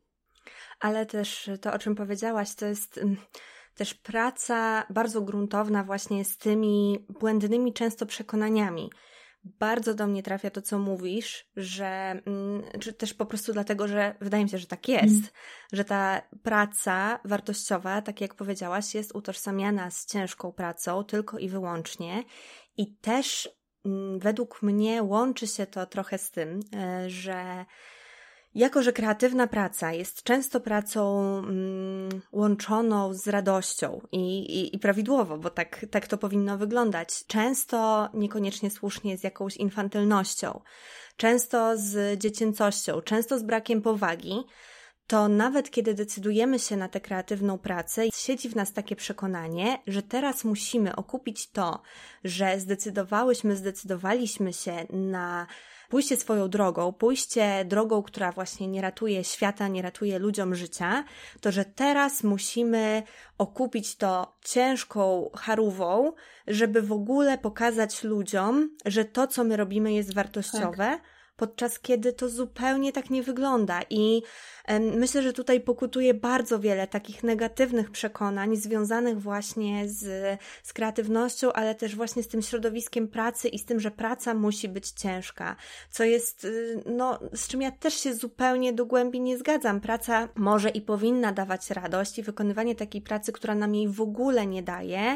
Ale też to, o czym powiedziałaś, to jest też praca bardzo gruntowna właśnie z tymi błędnymi często przekonaniami. Bardzo do mnie trafia to, co mówisz, że czy też po prostu dlatego, że wydaje mi się, że tak jest, mm. że ta praca wartościowa, tak jak powiedziałaś, jest utożsamiana z ciężką pracą tylko i wyłącznie i też według mnie łączy się to trochę z tym, że jako że kreatywna praca jest często pracą mm, łączoną z radością i, i, i prawidłowo, bo tak, tak to powinno wyglądać. Często niekoniecznie słusznie z jakąś infantylnością, często z dziecięcością, często z brakiem powagi, to nawet kiedy decydujemy się na tę kreatywną pracę, siedzi w nas takie przekonanie, że teraz musimy okupić to, że zdecydowałyśmy, zdecydowaliśmy się na pójście swoją drogą, pójście drogą, która właśnie nie ratuje świata, nie ratuje ludziom życia, to że teraz musimy okupić to ciężką charówą, żeby w ogóle pokazać ludziom, że to, co my robimy, jest wartościowe, tak. podczas kiedy to zupełnie tak nie wygląda. I em, myślę, że tutaj pokutuje bardzo wiele takich negatywnych przekonań związanych właśnie z, z kreatywnością, ale też właśnie z tym środowiskiem pracy i z tym, że praca musi być ciężka, co jest, no, z czym ja też się zupełnie do głębi nie zgadzam. Praca może i powinna dawać radość i wykonywanie takiej pracy, która nam jej w ogóle nie daje,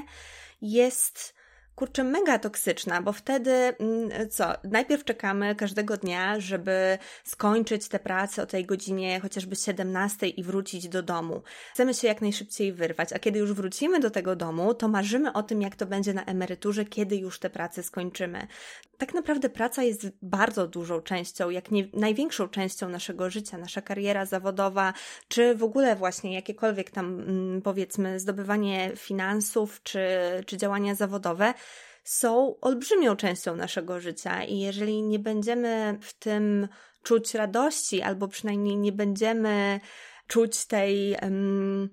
jest kurczę, mega toksyczna, bo wtedy co? Najpierw czekamy każdego dnia, żeby skończyć tę pracę o tej godzinie chociażby siedemnastej i wrócić do domu. Chcemy się jak najszybciej wyrwać, a kiedy już wrócimy do tego domu, to marzymy o tym, jak to będzie na emeryturze, kiedy już tę pracę skończymy. Tak naprawdę praca jest bardzo dużą częścią, jak nie największą częścią naszego życia, nasza kariera zawodowa, czy w ogóle właśnie jakiekolwiek tam powiedzmy zdobywanie finansów, czy, czy działania zawodowe, są olbrzymią częścią naszego życia i jeżeli nie będziemy w tym czuć radości, albo przynajmniej nie będziemy czuć tej um,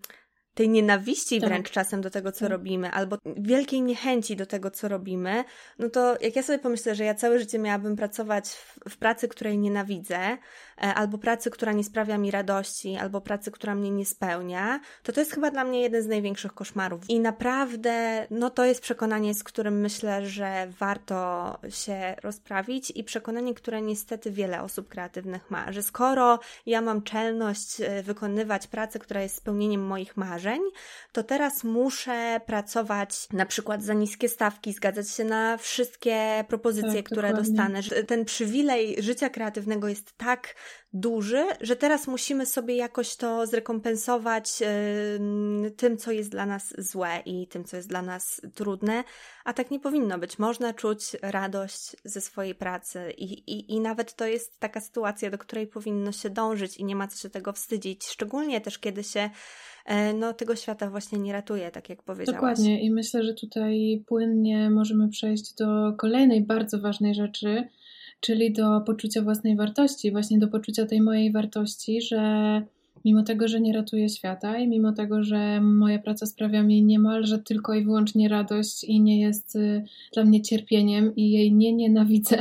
tej nienawiści tak. wręcz czasem do tego, co tak. robimy, albo wielkiej niechęci do tego, co robimy, no to jak ja sobie pomyślę, że ja całe życie miałabym pracować w, w pracy, której nienawidzę, albo pracy, która nie sprawia mi radości, albo pracy, która mnie nie spełnia, to to jest chyba dla mnie jeden z największych koszmarów. I naprawdę, no to jest przekonanie, z którym myślę, że warto się rozprawić i przekonanie, które niestety wiele osób kreatywnych ma, że skoro ja mam czelność wykonywać pracę, która jest spełnieniem moich marzeń, to teraz muszę pracować na przykład za niskie stawki, zgadzać się na wszystkie propozycje, tak, które dokładnie. dostanę. Ten przywilej życia kreatywnego jest tak duży, że teraz musimy sobie jakoś to zrekompensować yy, tym, co jest dla nas złe i tym, co jest dla nas trudne, a tak nie powinno być. Można czuć radość ze swojej pracy i, i, i nawet to jest taka sytuacja, do której powinno się dążyć i nie ma co się tego wstydzić, szczególnie też kiedy się no, tego świata właśnie nie ratuje, tak jak powiedziałaś. Dokładnie i myślę, że tutaj płynnie możemy przejść do kolejnej bardzo ważnej rzeczy, czyli do poczucia własnej wartości, właśnie do poczucia tej mojej wartości, że mimo tego, że nie ratuję świata i mimo tego, że moja praca sprawia mi niemalże tylko i wyłącznie radość i nie jest dla mnie cierpieniem i jej nie nienawidzę,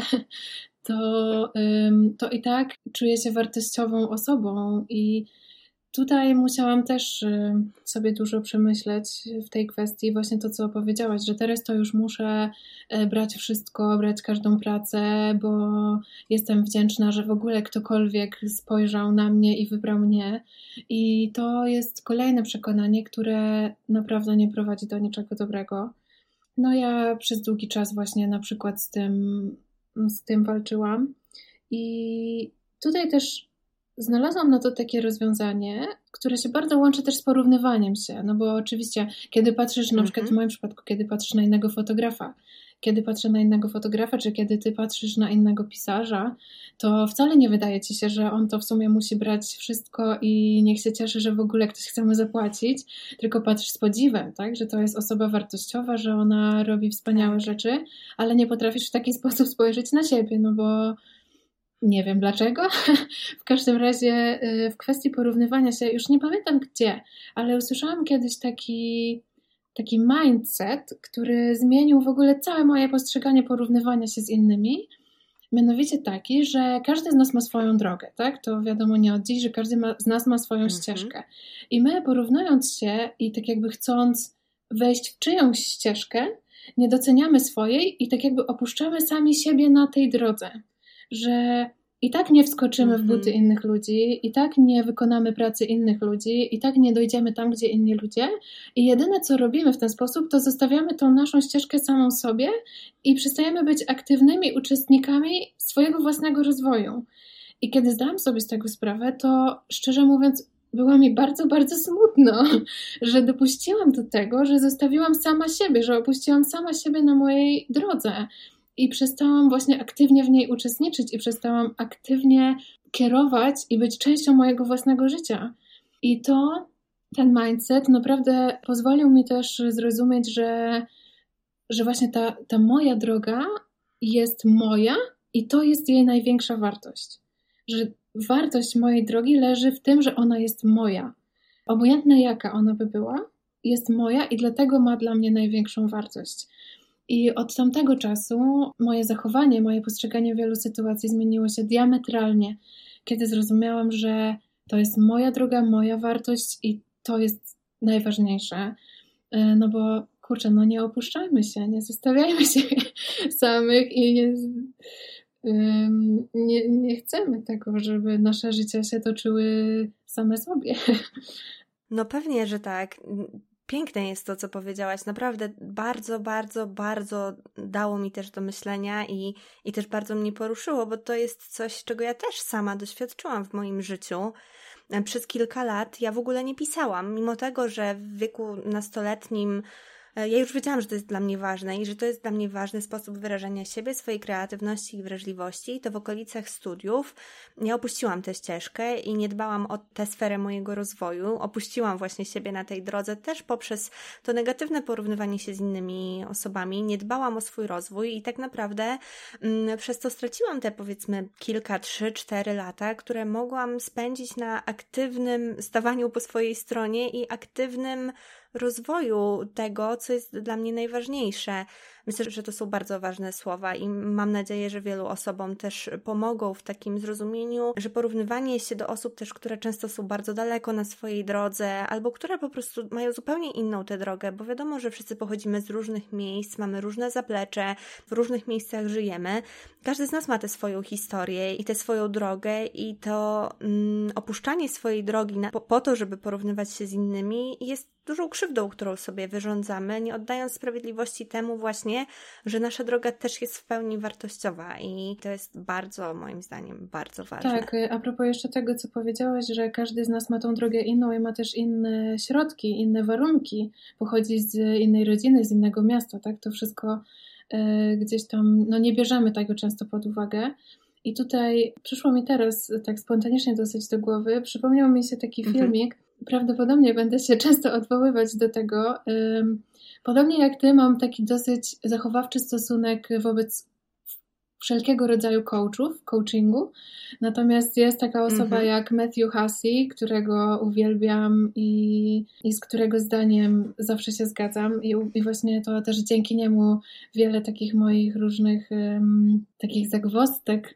to, to i tak czuję się wartościową osobą i tutaj musiałam też sobie dużo przemyśleć w tej kwestii, właśnie to, co powiedziałaś, że teraz to już muszę brać wszystko, brać każdą pracę, bo jestem wdzięczna, że w ogóle ktokolwiek spojrzał na mnie i wybrał mnie. I to jest kolejne przekonanie, które naprawdę nie prowadzi do niczego dobrego. No ja przez długi czas właśnie na przykład z tym, z tym walczyłam i tutaj też znalazłam na to takie rozwiązanie, które się bardzo łączy też z porównywaniem się, no bo oczywiście, kiedy patrzysz, na przykład w moim przypadku, kiedy patrzysz na innego fotografa, kiedy patrzę na innego fotografa, czy kiedy ty patrzysz na innego pisarza, to wcale nie wydaje ci się, że on to w sumie musi brać wszystko i niech się cieszy, że w ogóle ktoś chce mu zapłacić, tylko patrzysz z podziwem, tak, że to jest osoba wartościowa, że ona robi wspaniałe tak. rzeczy, ale nie potrafisz w taki sposób spojrzeć na siebie, no bo nie wiem dlaczego. W każdym razie w kwestii porównywania się, już nie pamiętam gdzie, ale usłyszałam kiedyś taki, taki mindset, który zmienił w ogóle całe moje postrzeganie porównywania się z innymi. Mianowicie taki, że każdy z nas ma swoją drogę, tak? To wiadomo nie od dziś, że każdy ma, z nas ma swoją mhm. ścieżkę. I my porównując się i tak jakby chcąc wejść w czyjąś ścieżkę, nie doceniamy swojej i tak jakby opuszczamy sami siebie na tej drodze. Że i tak nie wskoczymy mm-hmm. w buty innych ludzi, i tak nie wykonamy pracy innych ludzi, i tak nie dojdziemy tam, gdzie inni ludzie i jedyne, co robimy w ten sposób, to zostawiamy tą naszą ścieżkę samą sobie i przestajemy być aktywnymi uczestnikami swojego własnego rozwoju. I kiedy zdałam sobie z tego sprawę, to szczerze mówiąc było mi bardzo, bardzo smutno, że dopuściłam do tego, że zostawiłam sama siebie, że opuściłam sama siebie na mojej drodze. I przestałam właśnie aktywnie w niej uczestniczyć i przestałam aktywnie kierować i być częścią mojego własnego życia. I to, ten mindset naprawdę pozwolił mi też zrozumieć, że, że właśnie ta, ta moja droga jest moja i to jest jej największa wartość. Że wartość mojej drogi leży w tym, że ona jest moja. Obojętne jaka ona by była, jest moja i dlatego ma dla mnie największą wartość. I od tamtego czasu moje zachowanie, moje postrzeganie wielu sytuacji zmieniło się diametralnie, kiedy zrozumiałam, że to jest moja droga, moja wartość i to jest najważniejsze. No bo kurczę, no nie opuszczajmy się, nie zostawiajmy się samych i nie, nie, nie chcemy tego, żeby nasze życia się toczyły same sobie. No pewnie, że tak. Piękne jest to, co powiedziałaś. Naprawdę bardzo, bardzo, bardzo dało mi też do myślenia i, i też bardzo mnie poruszyło, bo to jest coś, czego ja też sama doświadczyłam w moim życiu. Przez kilka lat ja w ogóle nie pisałam, mimo tego, że w wieku nastoletnim Ja już wiedziałam, że to jest dla mnie ważne i że to jest dla mnie ważny sposób wyrażania siebie, swojej kreatywności i wrażliwości. To w okolicach studiów ja opuściłam tę ścieżkę i nie dbałam o tę sferę mojego rozwoju. Opuściłam właśnie siebie na tej drodze też poprzez to negatywne porównywanie się z innymi osobami. Nie dbałam o swój rozwój i tak naprawdę mm, przez to straciłam te powiedzmy kilka, trzy, cztery lata, które mogłam spędzić na aktywnym stawaniu po swojej stronie i aktywnym rozwoju tego, co jest dla mnie najważniejsze. Myślę, że to są bardzo ważne słowa i mam nadzieję, że wielu osobom też pomogą w takim zrozumieniu, że porównywanie się do osób też, które często są bardzo daleko na swojej drodze albo które po prostu mają zupełnie inną tę drogę, bo wiadomo, że wszyscy pochodzimy z różnych miejsc, mamy różne zaplecze, w różnych miejscach żyjemy. Każdy z nas ma tę swoją historię i tę swoją drogę i to mm, opuszczanie swojej drogi na, po, po to, żeby porównywać się z innymi jest dużą krzywdą, którą sobie wyrządzamy, nie oddając sprawiedliwości temu właśnie, że nasza droga też jest w pełni wartościowa i to jest bardzo, moim zdaniem, bardzo ważne. Tak, a propos jeszcze tego, co powiedziałaś, że każdy z nas ma tą drogę inną i ma też inne środki, inne warunki, pochodzi z innej rodziny, z innego miasta, tak? To wszystko y, gdzieś tam, no nie bierzemy tego często pod uwagę. I tutaj przyszło mi teraz tak spontanicznie dosyć do głowy, przypomniał mi się taki mhm. filmik, prawdopodobnie będę się często odwoływać do tego. Podobnie jak ty, mam taki dosyć zachowawczy stosunek wobec wszelkiego rodzaju coachów, coachingu. Natomiast jest taka osoba mhm. jak Matthew Hussey, którego uwielbiam i, i z którego zdaniem zawsze się zgadzam. I, i właśnie to też dzięki niemu wiele takich moich różnych um, takich zagwozdek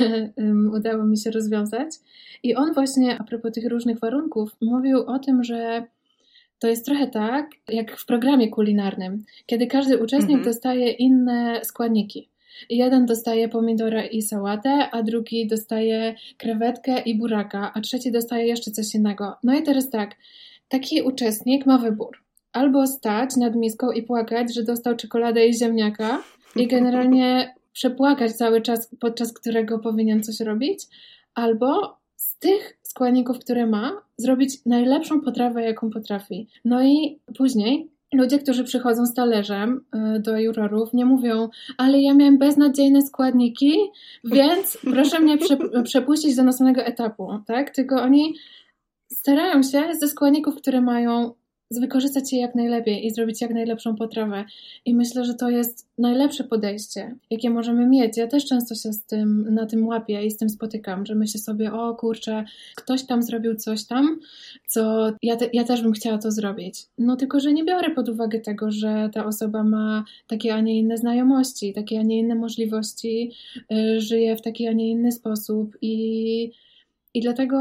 um, udało mi się rozwiązać. I on właśnie, a propos tych różnych warunków, mówił o tym, że to jest trochę tak, jak w programie kulinarnym, kiedy każdy uczestnik mhm. dostaje inne składniki. Jeden dostaje pomidora i sałatę, a drugi dostaje krewetkę i buraka, a trzeci dostaje jeszcze coś innego. No i teraz tak, taki uczestnik ma wybór. Albo stać nad miską i płakać, że dostał czekoladę i ziemniaka i generalnie przepłakać cały czas, podczas którego powinien coś robić, albo z tych składników, które ma, zrobić najlepszą potrawę, jaką potrafi. No i później ludzie, którzy przychodzą z talerzem do jurorów, nie mówią, ale ja miałem beznadziejne składniki, więc proszę mnie prze- przepuścić do następnego etapu, tak? Tylko oni starają się ze składników, które mają, wykorzystać je jak najlepiej i zrobić jak najlepszą potrawę. I myślę, że to jest najlepsze podejście, jakie możemy mieć. Ja też często się z tym, na tym łapię i z tym spotykam, że myślę sobie, o kurczę, ktoś tam zrobił coś tam, co ja, te, ja też bym chciała to zrobić. No tylko, że nie biorę pod uwagę tego, że ta osoba ma takie, a nie inne znajomości, takie, a nie inne możliwości, yy, żyje w taki, a nie inny sposób i, i dlatego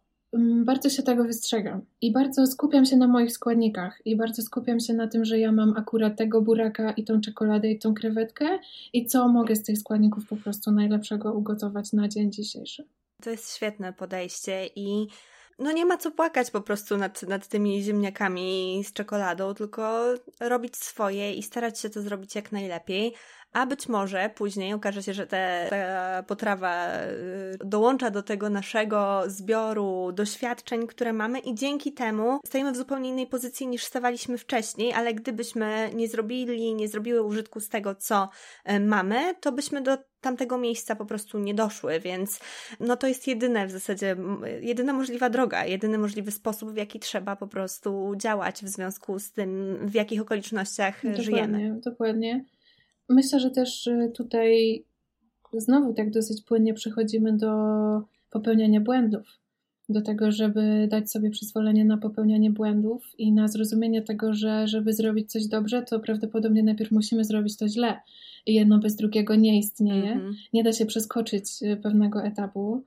bardzo się tego wystrzegam i bardzo skupiam się na moich składnikach i bardzo skupiam się na tym, że ja mam akurat tego buraka i tą czekoladę i tą krewetkę i co mogę z tych składników po prostu najlepszego ugotować na dzień dzisiejszy. To jest świetne podejście i no nie ma co płakać po prostu nad, nad tymi ziemniakami z czekoladą, tylko robić swoje i starać się to zrobić jak najlepiej. A być może później okaże się, że te, ta potrawa dołącza do tego naszego zbioru doświadczeń, które mamy i dzięki temu stoimy w zupełnie innej pozycji niż stawaliśmy wcześniej, ale gdybyśmy nie zrobili, nie zrobiły użytku z tego, co mamy, to byśmy do tamtego miejsca po prostu nie doszły, więc no to jest jedyne w zasadzie, jedyna możliwa droga, jedyny możliwy sposób, w jaki trzeba po prostu działać w związku z tym, w jakich okolicznościach dokładnie, żyjemy. Dokładnie. Myślę, że też tutaj znowu tak dosyć płynnie przechodzimy do popełniania błędów, do tego, żeby dać sobie przyzwolenie na popełnianie błędów i na zrozumienie tego, że żeby zrobić coś dobrze, to prawdopodobnie najpierw musimy zrobić to źle i jedno bez drugiego nie istnieje. Mm-hmm. Nie da się przeskoczyć pewnego etapu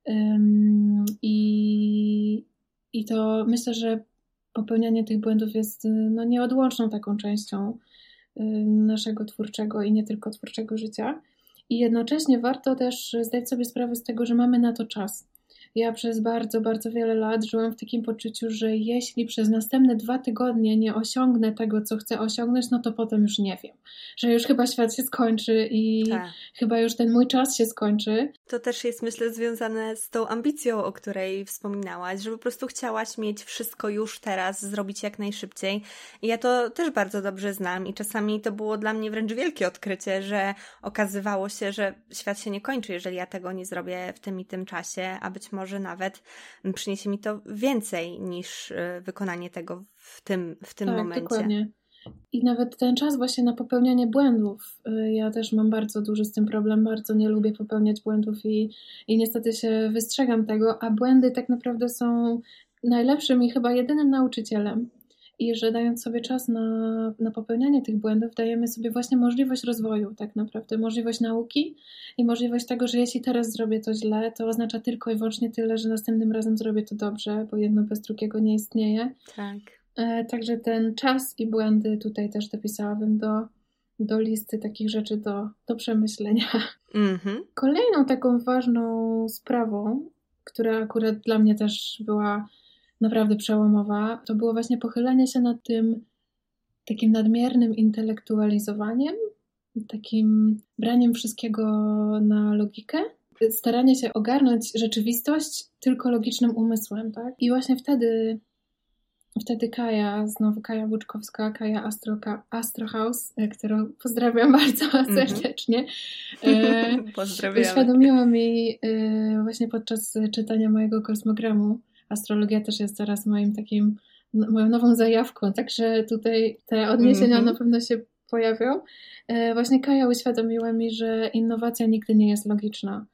um, i, i to myślę, że popełnianie tych błędów jest no, nieodłączną taką częścią naszego twórczego i nie tylko twórczego życia. I jednocześnie warto też zdać sobie sprawę z tego, że mamy na to czas. ja przez bardzo, bardzo wiele lat żyłam w takim poczuciu, że jeśli przez następne dwa tygodnie nie osiągnę tego, co chcę osiągnąć, no to potem już nie wiem. Że już chyba świat się skończy i tak. chyba już ten mój czas się skończy. To też jest, myślę, związane z tą ambicją, o której wspominałaś, że po prostu chciałaś mieć wszystko już teraz, zrobić jak najszybciej. I ja to też bardzo dobrze znam i czasami to było dla mnie wręcz wielkie odkrycie, że okazywało się, że świat się nie kończy, jeżeli ja tego nie zrobię w tym i tym czasie, a być może nawet przyniesie mi to więcej niż wykonanie tego w tym, w tym tak, momencie. Dokładnie. I nawet ten czas właśnie na popełnianie błędów. Ja też mam bardzo duży z tym problem, bardzo nie lubię popełniać błędów i, i niestety się wystrzegam tego, a błędy tak naprawdę są najlepszym i chyba jedynym nauczycielem. I że dając sobie czas na, na popełnianie tych błędów, dajemy sobie właśnie możliwość rozwoju tak naprawdę, możliwość nauki i możliwość tego, że jeśli teraz zrobię to źle, to oznacza tylko i wyłącznie tyle, że następnym razem zrobię to dobrze, bo jedno bez drugiego nie istnieje. Tak. Także ten czas i błędy tutaj też dopisałabym do, do listy takich rzeczy do, do przemyślenia. Mm-hmm. Kolejną taką ważną sprawą, która akurat dla mnie też była naprawdę przełomowa, to było właśnie pochylenie się nad tym takim nadmiernym intelektualizowaniem, takim braniem wszystkiego na logikę, staranie się ogarnąć rzeczywistość tylko logicznym umysłem, tak? I właśnie wtedy Wtedy Kaja, znowu Kaja Łuczkowska, Kaja Astro, Astro House, którą pozdrawiam bardzo mm-hmm. serdecznie, Pozdrawiamy. Uświadomiła mi właśnie podczas czytania mojego kosmogramu. Astrologia też jest teraz moim takim, moją nową zajawką, także tutaj te odniesienia mm-hmm. na pewno się pojawią. Właśnie Kaja uświadomiła mi, że innowacja nigdy nie jest logiczna.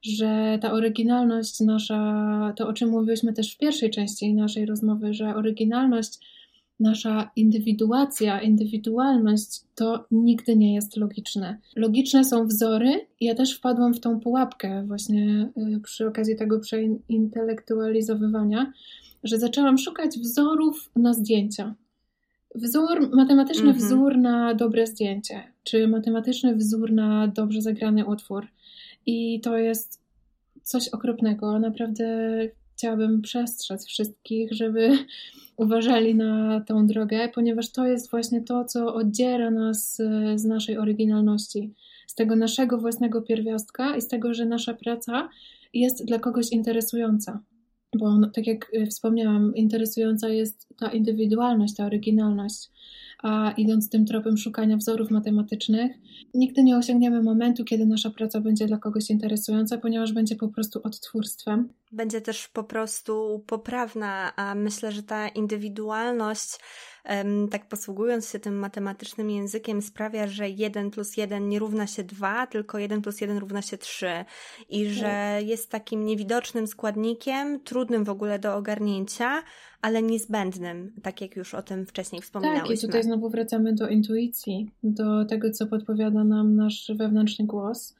Że ta oryginalność nasza, to o czym mówiłyśmy też w pierwszej części naszej rozmowy, że oryginalność, nasza indywiduacja, indywidualność to nigdy nie jest logiczne. Logiczne są wzory. Ja też wpadłam w tą pułapkę właśnie przy okazji tego przeintelektualizowywania, że zaczęłam szukać wzorów na zdjęcia. Wzór, matematyczny mm-hmm. wzór na dobre zdjęcie, czy matematyczny wzór na dobrze zagrany utwór. I to jest coś okropnego. Naprawdę chciałabym przestrzec wszystkich, żeby uważali na tą drogę, ponieważ to jest właśnie to, co oddziela nas z naszej oryginalności, z tego naszego własnego pierwiastka i z tego, że nasza praca jest dla kogoś interesująca. Bo no, tak jak wspomniałam, interesująca jest ta indywidualność, ta oryginalność. A idąc tym tropem szukania wzorów matematycznych, nigdy nie osiągniemy momentu, kiedy nasza praca będzie dla kogoś interesująca, ponieważ będzie po prostu odtwórstwem. Będzie też po prostu poprawna, a myślę, że ta indywidualność, tak posługując się tym matematycznym językiem, sprawia, że jeden plus jeden nie równa się dwa, tylko jeden plus jeden równa się trzy i że jest takim niewidocznym składnikiem, trudnym w ogóle do ogarnięcia, ale niezbędnym, tak jak już o tym wcześniej wspominałyśmy. Tak, i tutaj znowu wracamy do intuicji, do tego, co podpowiada nam nasz wewnętrzny głos.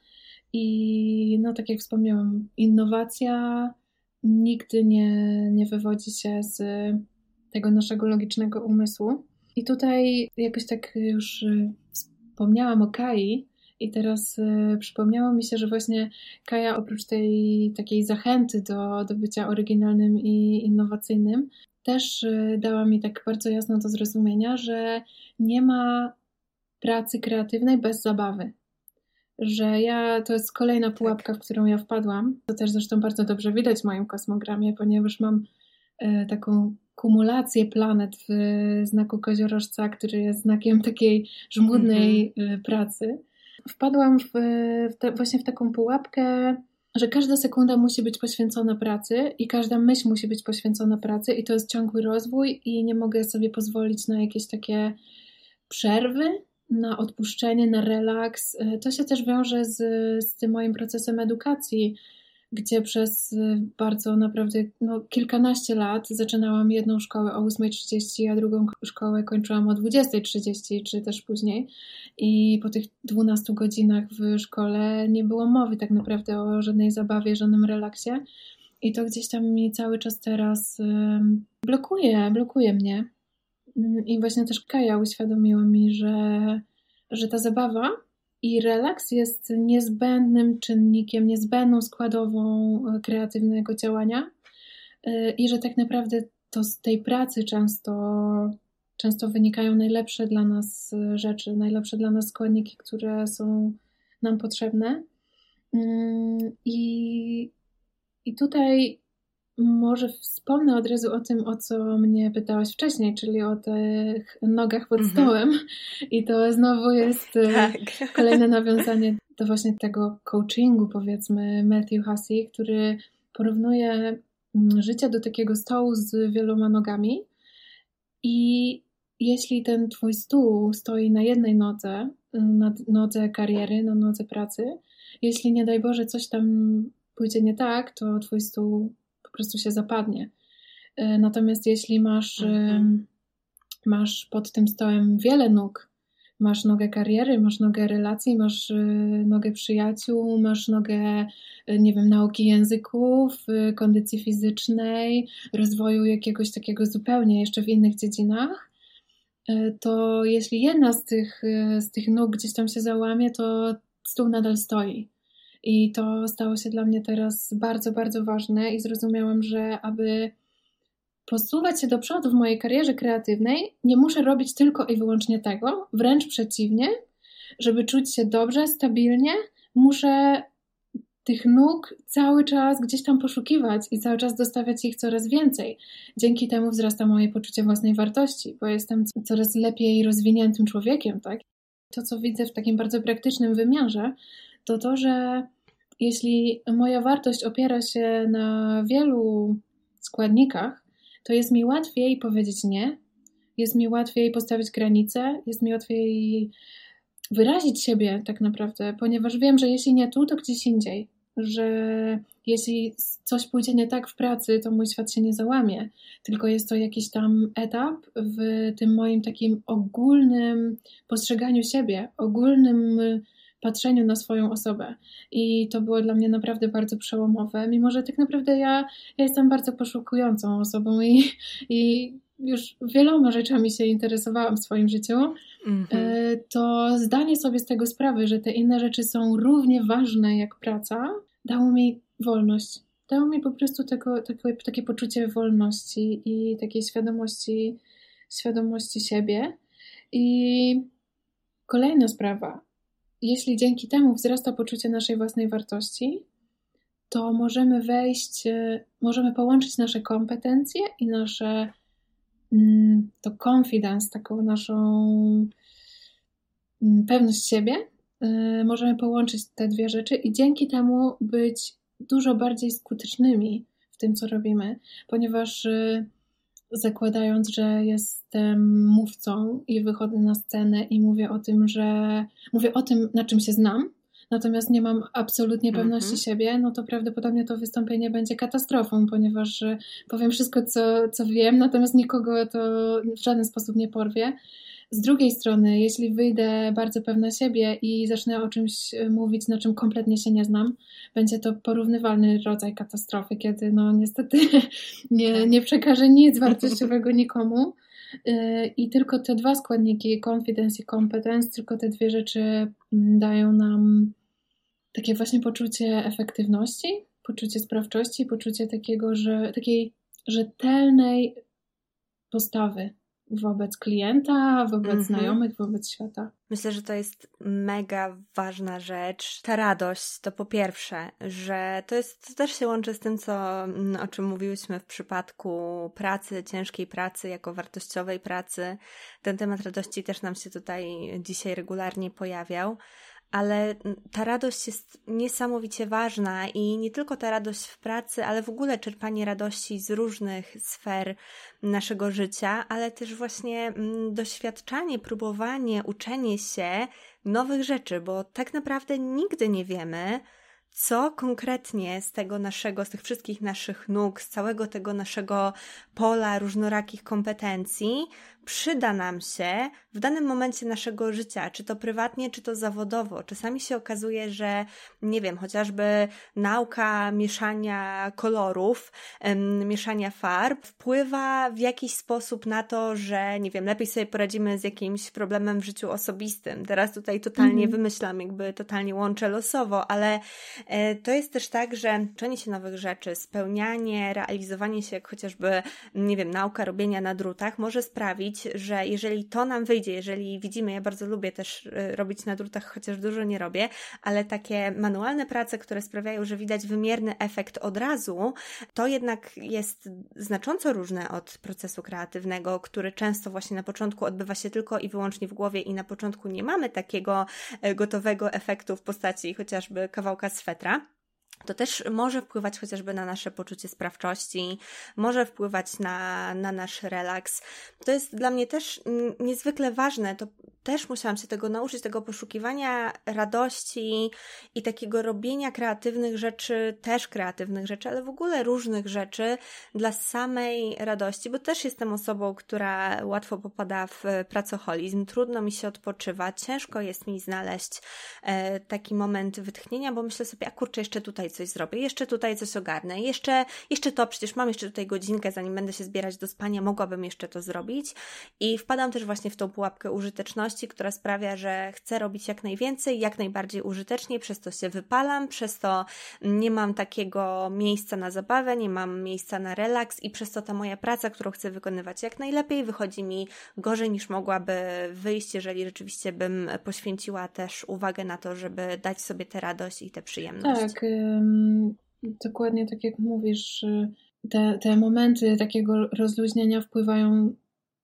I no tak jak wspomniałam, innowacja nigdy nie, nie wywodzi się z tego naszego logicznego umysłu. I tutaj jakoś tak już wspomniałam o Kai i teraz przypomniało mi się, że właśnie Kaja oprócz tej takiej zachęty do, do bycia oryginalnym i innowacyjnym też dała mi tak bardzo jasno do zrozumienia, że nie ma pracy kreatywnej bez zabawy. Że ja, to jest kolejna pułapka, w którą ja wpadłam. To też zresztą bardzo dobrze widać w moim kosmogramie, ponieważ mam e, taką kumulację planet w znaku koziorożca, który jest znakiem takiej żmudnej mm-hmm. pracy. Wpadłam w, w te, właśnie w taką pułapkę, że każda sekunda musi być poświęcona pracy i każda myśl musi być poświęcona pracy i to jest ciągły rozwój i nie mogę sobie pozwolić na jakieś takie przerwy, na odpuszczenie, na relaks. To się też wiąże z, z tym moim procesem edukacji, gdzie przez bardzo naprawdę no, kilkanaście lat zaczynałam jedną szkołę o ósma trzydzieści, a drugą szkołę kończyłam o dwudziesta trzydzieści, czy też później. I po tych dwunastu godzinach w szkole nie było mowy tak naprawdę o żadnej zabawie, żadnym relaksie. I to gdzieś tam mi cały czas teraz um, blokuje, blokuje mnie. I właśnie też Kaja uświadomiła mi, że, że ta zabawa I relaks jest niezbędnym czynnikiem, niezbędną składową kreatywnego działania i że tak naprawdę to z tej pracy często, często wynikają najlepsze dla nas rzeczy, najlepsze dla nas składniki, które są nam potrzebne. I, i tutaj może wspomnę od razu o tym, o co mnie pytałaś wcześniej, czyli o tych nogach pod stołem. Mm-hmm. I to znowu jest tak. kolejne nawiązanie do właśnie tego coachingu, powiedzmy, Matthew Hussey, który porównuje życie do takiego stołu z wieloma nogami. I jeśli ten twój stół stoi na jednej nodze, na nodze kariery, na nodze pracy, jeśli nie daj Boże coś tam pójdzie nie tak, to twój stół po prostu się zapadnie. Natomiast jeśli masz, mhm. masz pod tym stołem wiele nóg, masz nogę kariery, masz nogę relacji, masz nogę przyjaciół, masz nogę, nie wiem, nauki języków, kondycji fizycznej, rozwoju jakiegoś takiego zupełnie jeszcze w innych dziedzinach, to jeśli jedna z tych, z tych nóg gdzieś tam się załamie, to stół nadal stoi. I to stało się dla mnie teraz bardzo, bardzo ważne i zrozumiałam, że aby posuwać się do przodu w mojej karierze kreatywnej, nie muszę robić tylko i wyłącznie tego, wręcz przeciwnie, żeby czuć się dobrze, stabilnie, muszę tych nóg cały czas gdzieś tam poszukiwać i cały czas dostawiać ich coraz więcej. Dzięki temu wzrasta moje poczucie własnej wartości, bo jestem coraz lepiej rozwiniętym człowiekiem, tak? To, co widzę w takim bardzo praktycznym wymiarze, to to, że jeśli moja wartość opiera się na wielu składnikach, to jest mi łatwiej powiedzieć nie, jest mi łatwiej postawić granice, jest mi łatwiej wyrazić siebie tak naprawdę, ponieważ wiem, że jeśli nie tu, to gdzieś indziej, że jeśli coś pójdzie nie tak w pracy, to mój świat się nie załamie, tylko jest to jakiś tam etap w tym moim takim ogólnym postrzeganiu siebie, ogólnym patrzeniu na swoją osobę. I to było dla mnie naprawdę bardzo przełomowe, mimo że tak naprawdę ja, ja jestem bardzo poszukującą osobą i, i już wieloma rzeczami się interesowałam w swoim życiu, mm-hmm. to zdanie sobie z tego sprawy, że te inne rzeczy są równie ważne jak praca, dało mi wolność. Dało mi po prostu tego, takie, takie poczucie wolności i takiej świadomości, świadomości siebie. I kolejna sprawa. Jeśli dzięki temu wzrasta poczucie naszej własnej wartości, to możemy wejść, możemy połączyć nasze kompetencje i nasze to confidence, taką naszą pewność siebie. Możemy połączyć te dwie rzeczy i dzięki temu być dużo bardziej skutecznymi w tym, co robimy, ponieważ zakładając, że jestem mówcą i wychodzę na scenę i mówię o tym, że mówię o tym, na czym się znam, natomiast nie mam absolutnie pewności mm-hmm. siebie, no to prawdopodobnie to wystąpienie będzie katastrofą, ponieważ powiem wszystko, co, co wiem, natomiast nikogo to w żaden sposób nie porwie. Z drugiej strony, jeśli wyjdę bardzo pewna siebie i zacznę o czymś mówić, na czym kompletnie się nie znam, będzie to porównywalny rodzaj katastrofy, kiedy no niestety nie, nie przekażę nic wartościowego nikomu. I tylko te dwa składniki, confidence i competence, tylko te dwie rzeczy dają nam takie właśnie poczucie efektywności, poczucie sprawczości, poczucie takiego, że takiej rzetelnej postawy wobec klienta, wobec mm-hmm. znajomych, wobec świata. Myślę, że to jest mega ważna rzecz. Ta radość to po pierwsze, że to jest, to też się łączy z tym, co, o czym mówiłyśmy w przypadku pracy, ciężkiej pracy, jako wartościowej pracy. Ten temat radości też nam się tutaj dzisiaj regularnie pojawiał. Ale ta radość jest niesamowicie ważna i nie tylko ta radość w pracy, ale w ogóle czerpanie radości z różnych sfer naszego życia, ale też właśnie doświadczanie, próbowanie, uczenie się nowych rzeczy, bo tak naprawdę nigdy nie wiemy, co konkretnie z tego naszego, z tych wszystkich naszych nóg, z całego tego naszego pola różnorakich kompetencji przyda nam się w danym momencie naszego życia, czy to prywatnie, czy to zawodowo. Czasami się okazuje, że nie wiem, chociażby nauka mieszania kolorów, um, mieszania farb wpływa w jakiś sposób na to, że nie wiem, lepiej sobie poradzimy z jakimś problemem w życiu osobistym. Teraz tutaj totalnie mm-hmm. wymyślam, jakby totalnie łączę losowo, ale e, to jest też tak, że uczenie się nowych rzeczy, spełnianie, realizowanie się, jak chociażby, nie wiem, nauka robienia na drutach może sprawić, że jeżeli to nam wyjdzie, jeżeli widzimy, ja bardzo lubię też robić na drutach, chociaż dużo nie robię, ale takie manualne prace, które sprawiają, że widać wymierny efekt od razu, to jednak jest znacząco różne od procesu kreatywnego, który często właśnie na początku odbywa się tylko i wyłącznie w głowie i na początku nie mamy takiego gotowego efektu w postaci chociażby kawałka swetra. To też może wpływać chociażby na nasze poczucie sprawczości, może wpływać na, na nasz relaks. To jest dla mnie też niezwykle ważne, to też musiałam się tego nauczyć, tego poszukiwania radości i takiego robienia kreatywnych rzeczy, też kreatywnych rzeczy, ale w ogóle różnych rzeczy dla samej radości, bo też jestem osobą, która łatwo popada w pracoholizm, trudno mi się odpoczywa, ciężko jest mi znaleźć e, taki moment wytchnienia, bo myślę sobie, a kurczę, jeszcze tutaj coś zrobię, jeszcze tutaj coś ogarnę, jeszcze, jeszcze to, przecież mam jeszcze tutaj godzinkę, zanim będę się zbierać do spania, mogłabym jeszcze to zrobić i wpadam też właśnie w tą pułapkę użyteczności, która sprawia, że chcę robić jak najwięcej, jak najbardziej użytecznie, przez to się wypalam, przez to nie mam takiego miejsca na zabawę, nie mam miejsca na relaks i przez to ta moja praca, którą chcę wykonywać jak najlepiej, wychodzi mi gorzej niż mogłaby wyjść, jeżeli rzeczywiście bym poświęciła też uwagę na to, żeby dać sobie tę radość i tę przyjemność. Tak, ym, dokładnie tak jak mówisz, te, te momenty takiego rozluźnienia wpływają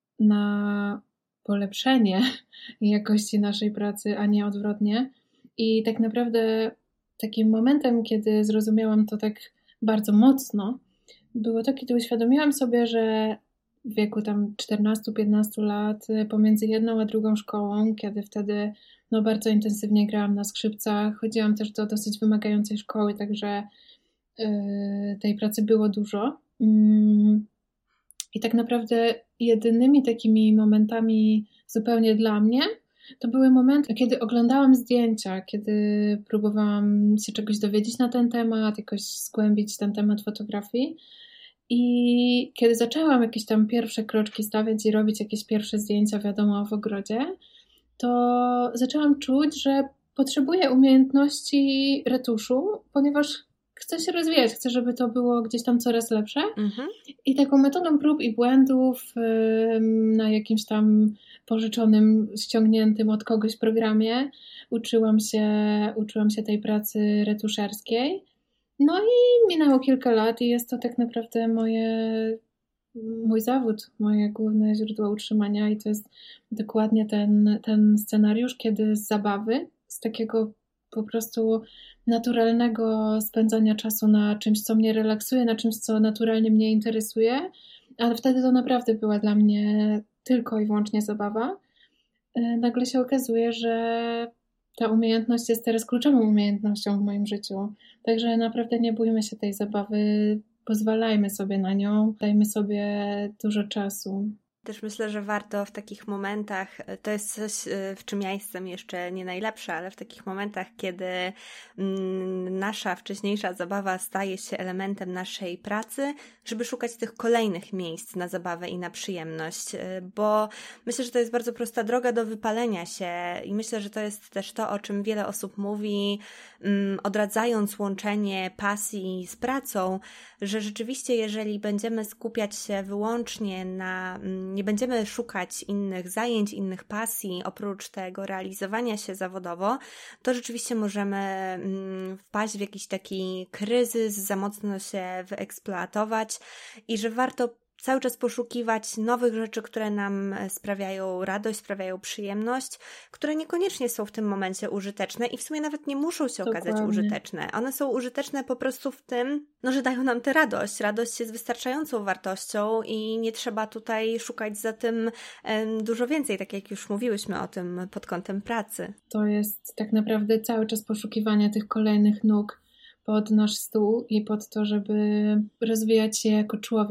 na polepszenie jakości naszej pracy, a nie odwrotnie. I tak naprawdę takim momentem, kiedy zrozumiałam to tak bardzo mocno, było to, kiedy uświadomiłam sobie, że w wieku tam czternastu piętnastu lat, pomiędzy jedną a drugą szkołą, kiedy wtedy no, bardzo intensywnie grałam na skrzypcach, chodziłam też do dosyć wymagającej szkoły, także yy, tej pracy było dużo. Yy. I tak naprawdę jedynymi takimi momentami zupełnie dla mnie to były momenty, kiedy oglądałam zdjęcia, kiedy próbowałam się czegoś dowiedzieć na ten temat, jakoś zgłębić ten temat fotografii. I kiedy zaczęłam jakieś tam pierwsze kroczki stawiać i robić jakieś pierwsze zdjęcia, wiadomo, w ogrodzie, to zaczęłam czuć, że potrzebuję umiejętności retuszu, ponieważ chcę się rozwijać, chcę, żeby to było gdzieś tam coraz lepsze. Mhm. I taką metodą prób i błędów na jakimś tam pożyczonym, ściągniętym od kogoś programie uczyłam się, uczyłam się tej pracy retuszerskiej. No i minęło kilka lat i jest to tak naprawdę moje, mój zawód, moje główne źródło utrzymania i to jest dokładnie ten, ten scenariusz, kiedy z zabawy, z takiego po prostu naturalnego spędzania czasu na czymś, co mnie relaksuje, na czymś, co naturalnie mnie interesuje, ale wtedy to naprawdę była dla mnie tylko i wyłącznie zabawa. Nagle się okazuje, że ta umiejętność jest teraz kluczową umiejętnością w moim życiu. Także naprawdę nie bójmy się tej zabawy, pozwalajmy sobie na nią, dajmy sobie dużo czasu. Też myślę, że warto w takich momentach, to jest coś, w czym ja jestem jeszcze nie najlepsza, ale w takich momentach, kiedy nasza wcześniejsza zabawa staje się elementem naszej pracy, żeby szukać tych kolejnych miejsc na zabawę i na przyjemność, bo myślę, że to jest bardzo prosta droga do wypalenia się i myślę, że to jest też to, o czym wiele osób mówi, odradzając łączenie pasji z pracą, że rzeczywiście jeżeli będziemy skupiać się wyłącznie na nie będziemy szukać innych zajęć, innych pasji, oprócz tego realizowania się zawodowo, to rzeczywiście możemy wpaść w jakiś taki kryzys, za mocno się wyeksploatować i że warto cały czas poszukiwać nowych rzeczy, które nam sprawiają radość, sprawiają przyjemność, które niekoniecznie są w tym momencie użyteczne i w sumie nawet nie muszą się Dokładnie. okazać użyteczne. One są użyteczne po prostu w tym, no, że dają nam tę radość. Radość jest wystarczającą wartością i nie trzeba tutaj szukać za tym um, dużo więcej, tak jak już mówiłyśmy o tym pod kątem pracy. To jest tak naprawdę cały czas poszukiwanie tych kolejnych nóg pod nasz stół i pod to, żeby rozwijać się jako człowiek.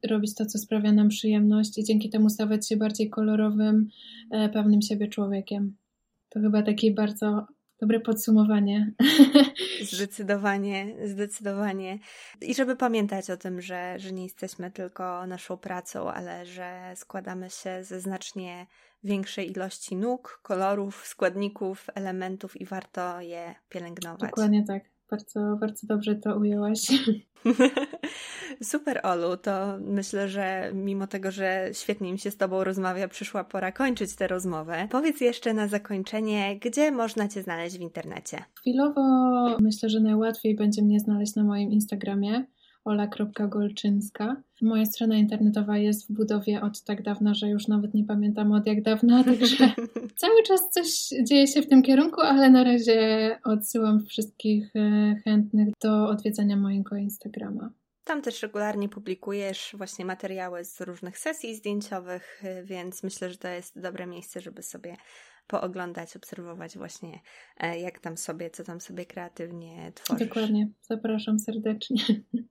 robić to, co sprawia nam przyjemność i dzięki temu stawać się bardziej kolorowym, pewnym siebie człowiekiem. To chyba takie bardzo dobre podsumowanie. Zdecydowanie, zdecydowanie. I żeby pamiętać o tym, że, że nie jesteśmy tylko naszą pracą, ale że składamy się ze znacznie większej ilości nóg, kolorów, składników, elementów i warto je pielęgnować. Dokładnie tak. Bardzo, bardzo dobrze to ujęłaś. Super, Olu, to myślę, że mimo tego, że świetnie mi się z Tobą rozmawia, przyszła pora kończyć tę rozmowę. Powiedz jeszcze na zakończenie, gdzie można Cię znaleźć w internecie? Chwilowo myślę, że najłatwiej będzie mnie znaleźć na moim Instagramie ola kropka golczyńska. Moja strona internetowa jest w budowie od tak dawna, że już nawet nie pamiętam od jak dawna, także cały czas coś dzieje się w tym kierunku, ale na razie odsyłam wszystkich chętnych do odwiedzania mojego Instagrama. Tam też regularnie publikujesz właśnie materiały z różnych sesji zdjęciowych, więc myślę, że to jest dobre miejsce, żeby sobie pooglądać, obserwować właśnie jak tam sobie, co tam sobie kreatywnie tworzysz. Dokładnie, zapraszam serdecznie.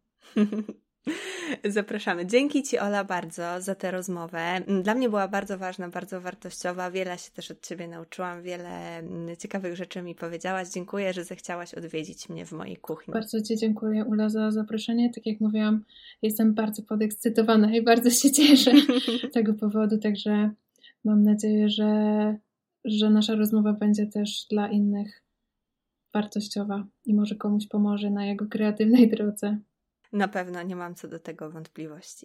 Zapraszamy. Dzięki Ci, Ola, bardzo za tę rozmowę. Dla mnie była bardzo ważna, bardzo wartościowa. Wiele się też od Ciebie nauczyłam, wiele ciekawych rzeczy mi powiedziałaś. Dziękuję, że zechciałaś odwiedzić mnie w mojej kuchni. Bardzo Ci dziękuję, Ula, za zaproszenie. Tak jak mówiłam, jestem bardzo podekscytowana i bardzo się cieszę z tego powodu, także mam nadzieję, że, że nasza rozmowa będzie też dla innych wartościowa i może komuś pomoże na jego kreatywnej drodze. Na pewno, nie mam co do tego wątpliwości.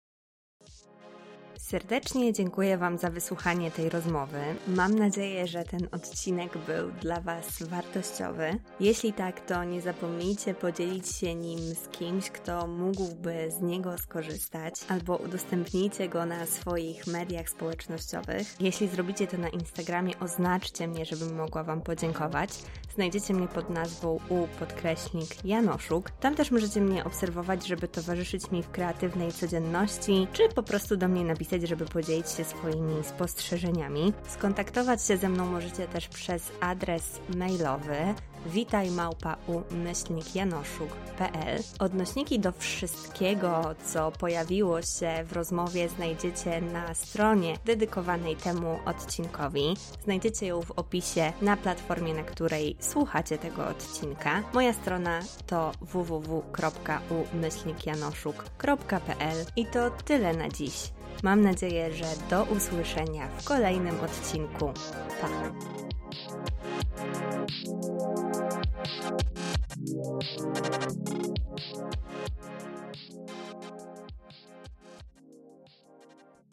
Serdecznie dziękuję Wam za wysłuchanie tej rozmowy. Mam nadzieję, że ten odcinek był dla Was wartościowy. Jeśli tak, to nie zapomnijcie podzielić się nim z kimś, kto mógłby z niego skorzystać, albo udostępnijcie go na swoich mediach społecznościowych. Jeśli zrobicie to na Instagramie, oznaczcie mnie, żebym mogła Wam podziękować. Znajdziecie mnie pod nazwą u podkreśnik Janoszuk. Tam też możecie mnie obserwować, żeby towarzyszyć mi w kreatywnej codzienności, czy po prostu do mnie napisać, żeby podzielić się swoimi spostrzeżeniami. Skontaktować się ze mną możecie też przez adres mailowy witaj małpa myślnik janoszuk kropka p l. Odnośniki do wszystkiego, co pojawiło się w rozmowie, znajdziecie na stronie dedykowanej temu odcinkowi. Znajdziecie ją w opisie na platformie, na której słuchacie tego odcinka. Moja strona to w w w kropka u myślnik janoszuk kropka p l i to tyle na dziś. Mam nadzieję, że do usłyszenia w kolejnym odcinku. Pa!